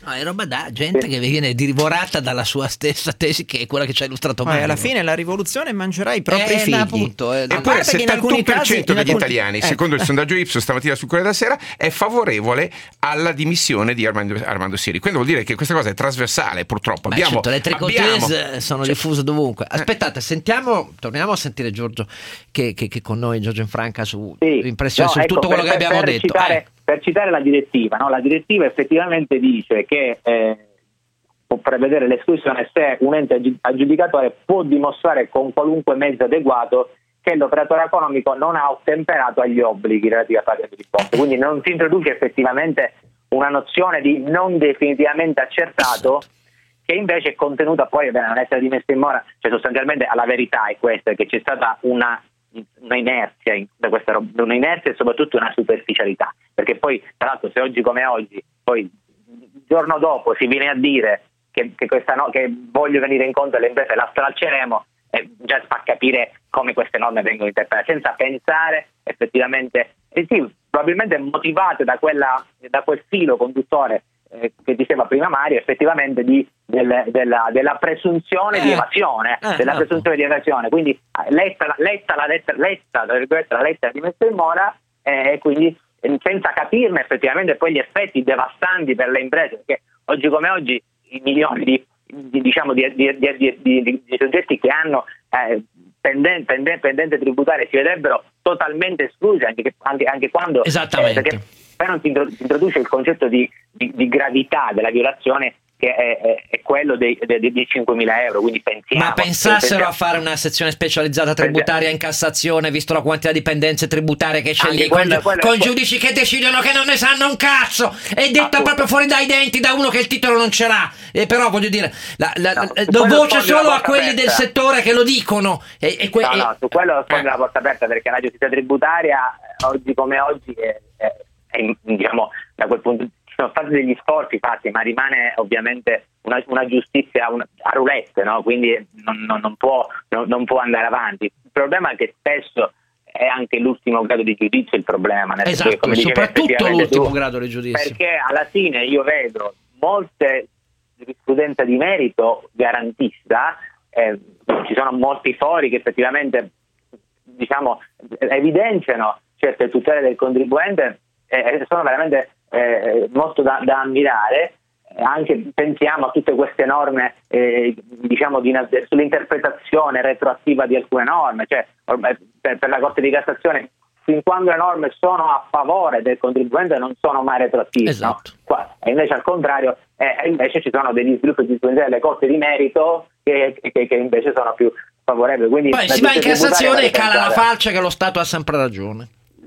No, è roba da gente che viene divorata dalla sua stessa tesi, che è quella che ci ha illustrato Poi Mario. alla fine la rivoluzione mangerà i propri Eh, figli. appunto, eh, A Eppure parte il che in alcuni settantuno per cento casi- in degli alcuni- italiani, ecco. secondo il sondaggio Ipsos stamattina sul Corriere della Sera, è favorevole alla dimissioni di Armando, Armando Siri. Quindi vuol dire che questa cosa è trasversale, purtroppo. Beh, abbiamo, certo, le abbiamo- tricotese sono diffuse dovunque. Aspettate, sentiamo, torniamo a sentire Giorgio che, che, che con noi, Giorgio Infranca, su impressioni No, su ecco, tutto quello per- che abbiamo per detto. Citare, Eh. Per citare la direttiva, no? La direttiva effettivamente dice che eh, può prevedere l'esclusione se un ente aggi- aggiudicatore può dimostrare con qualunque mezzo adeguato che l'operatore economico non ha ottemperato agli obblighi relativi a pagamento di imposte. Quindi non si introduce effettivamente una nozione di non definitivamente accertato, che invece è contenuta poi a non essere dimessa in mora. Cioè sostanzialmente la verità è questa, che c'è stata una una inerzia in- da questa roba, una inerzia e soprattutto una superficialità, perché poi tra l'altro se oggi come oggi poi il giorno dopo si viene a dire che, che, questa no, che voglio venire incontro alle imprese, la stralceremo, eh, già fa capire come queste norme vengono interpretate, senza pensare effettivamente, eh sì, probabilmente motivate da quella da quel filo conduttore eh, che diceva prima Mario, effettivamente di, del, della, della presunzione Eh, di evasione, eh, della eh. presunzione di evasione. Quindi eh, letta, la- letta la lettera, letta, tra virgolette, la lettera di messa in mora eh, e quindi eh, senza capirne effettivamente poi gli effetti devastanti per le imprese, perché oggi come oggi i milioni di, di, diciamo, di, di, di, di, di, di soggetti che hanno eh, penden- penden- pendenze tributarie si vedrebbero totalmente esclusi anche, che- anche, anche quando Esattamente. eh, perché poi non si intro- si introduce il concetto di, di, di gravità della violazione, che è, è, è quello dei, dei, dei cinquemila euro, quindi pensiamo Ma pensassero pensiamo- a fare una sezione specializzata tributaria in Cassazione, visto la quantità di pendenze tributarie che c'è Anche lì, con, quello- quello- con giudici che decidono che non ne sanno un cazzo, è detto Appunto. proprio fuori dai denti da uno che il titolo non ce l'ha. E però voglio dire, la, la, No, la- su do quello voce sfondi la solo a porta quelli aperta. del settore che lo dicono. E, e que- No, no, e- su quello sfondi la porta aperta, perché la giustizia tributaria eh, oggi come oggi è, è- è in- diciamo, da quel punto ci sono stati degli sforzi fatti, ma rimane ovviamente una, una giustizia un- a roulette, no? Quindi non, non- non può, non, non può andare avanti. Il problema è che spesso è anche l'ultimo grado di giudizio il problema, nel senso che, Esatto, come dicevi soprattutto effettivamente l'ultimo tu, grado di giudizio. perché alla fine io vedo molte giurisprudenza di merito garantista, eh, ci sono molti fori che effettivamente diciamo evidenziano certe tutele del contribuente e eh, sono veramente eh, molto da, da ammirare. Eh, anche pensiamo a tutte queste norme eh, diciamo di, sull'interpretazione retroattiva di alcune norme, cioè ormai per, per la Corte di Cassazione fin quando le norme sono a favore del contribuente non sono mai retroattive, Esatto. no? Qua, e invece al contrario eh, invece ci sono degli sviluppi giurisprudenziali delle corti di merito che, che, che invece sono più favorevoli. Quindi Poi la si va in giustizia Cassazione e tributaria cala la deve pensare- falce che lo Stato ha sempre ragione.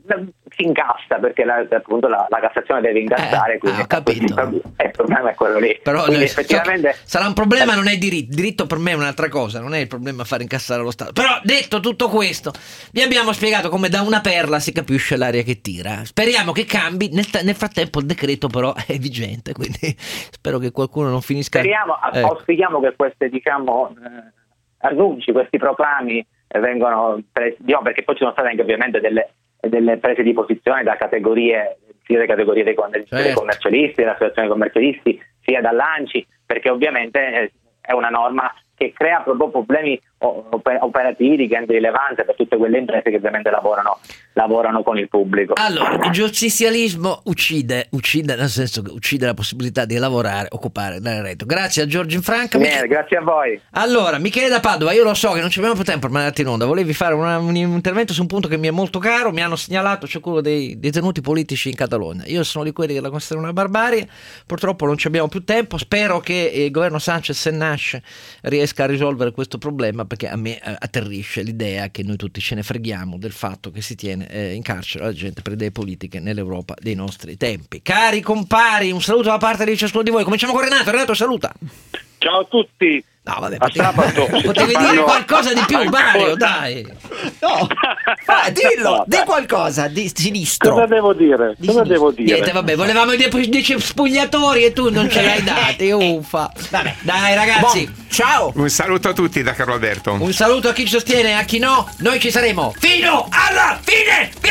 si incassa perché la, appunto la, la Cassazione deve incassare, Eh, quindi ho capito. il problema è quello lì. Però Quindi eh, effettivamente so- sarà un problema, non è diritto. Diritto per me è un'altra cosa, non è il problema far incassare lo Stato. Però detto tutto questo, vi abbiamo spiegato come da una perla si capisce l'aria che tira. Speriamo che cambi. Nel, nel frattempo il decreto però è vigente, quindi spero che qualcuno non finisca. speriamo, Eh. auspichiamo che queste diciamo eh, annunci, questi proclami eh, vengano presi, diciamo, perché poi ci sono state anche ovviamente delle, delle prese di posizione da categorie, sia delle categorie dei, con- dei Certo. commercialisti, dell'associazione dei commercialisti, sia dall'ANCI, perché ovviamente eh, è una norma che crea proprio problemi o- oper- operativi di grande rilevanza per tutte quelle imprese che ovviamente lavorano, lavorano con il pubblico. Allora, il giustizialismo uccide, uccide nel senso che uccide la possibilità di lavorare, occupare, dare reddito. Grazie a Giorgio Infranca. Bene, Mich- grazie a voi. Allora, Michele da Padova, io lo so che non ci abbiamo più tempo per mandarti in onda, volevi fare una- un intervento su un punto che mi è molto caro, mi hanno segnalato, c'è quello dei detenuti politici in Catalogna. Io sono di quelli che la considerano una barbarie, purtroppo non ci abbiamo più tempo, spero che il governo Sanchez, se nasce, riesca a risolvere questo problema, perché a me eh, atterrisce l'idea che noi tutti ce ne freghiamo del fatto che si tiene eh, in carcere la gente per idee politiche nell'Europa dei nostri tempi. Cari compari, un saluto da parte di ciascuno di voi. Cominciamo con Renato. Renato, saluta. Ciao a tutti. No, vabbè, A sabato. potevi dire Fanno- qualcosa di più, ancora- Mario, dai. No, ah, dillo, No, di dai. qualcosa di sinistro. Cosa devo dire? Di Cosa sinistra. devo dire? Niente, vabbè, volevamo i dieci spugliatori e tu non ce li hai dati, uffa. Vabbè, dai ragazzi, Buon- ciao. Un saluto a tutti da Carlo Alberto. un saluto a chi ci sostiene e a chi no, noi ci saremo fino alla fine.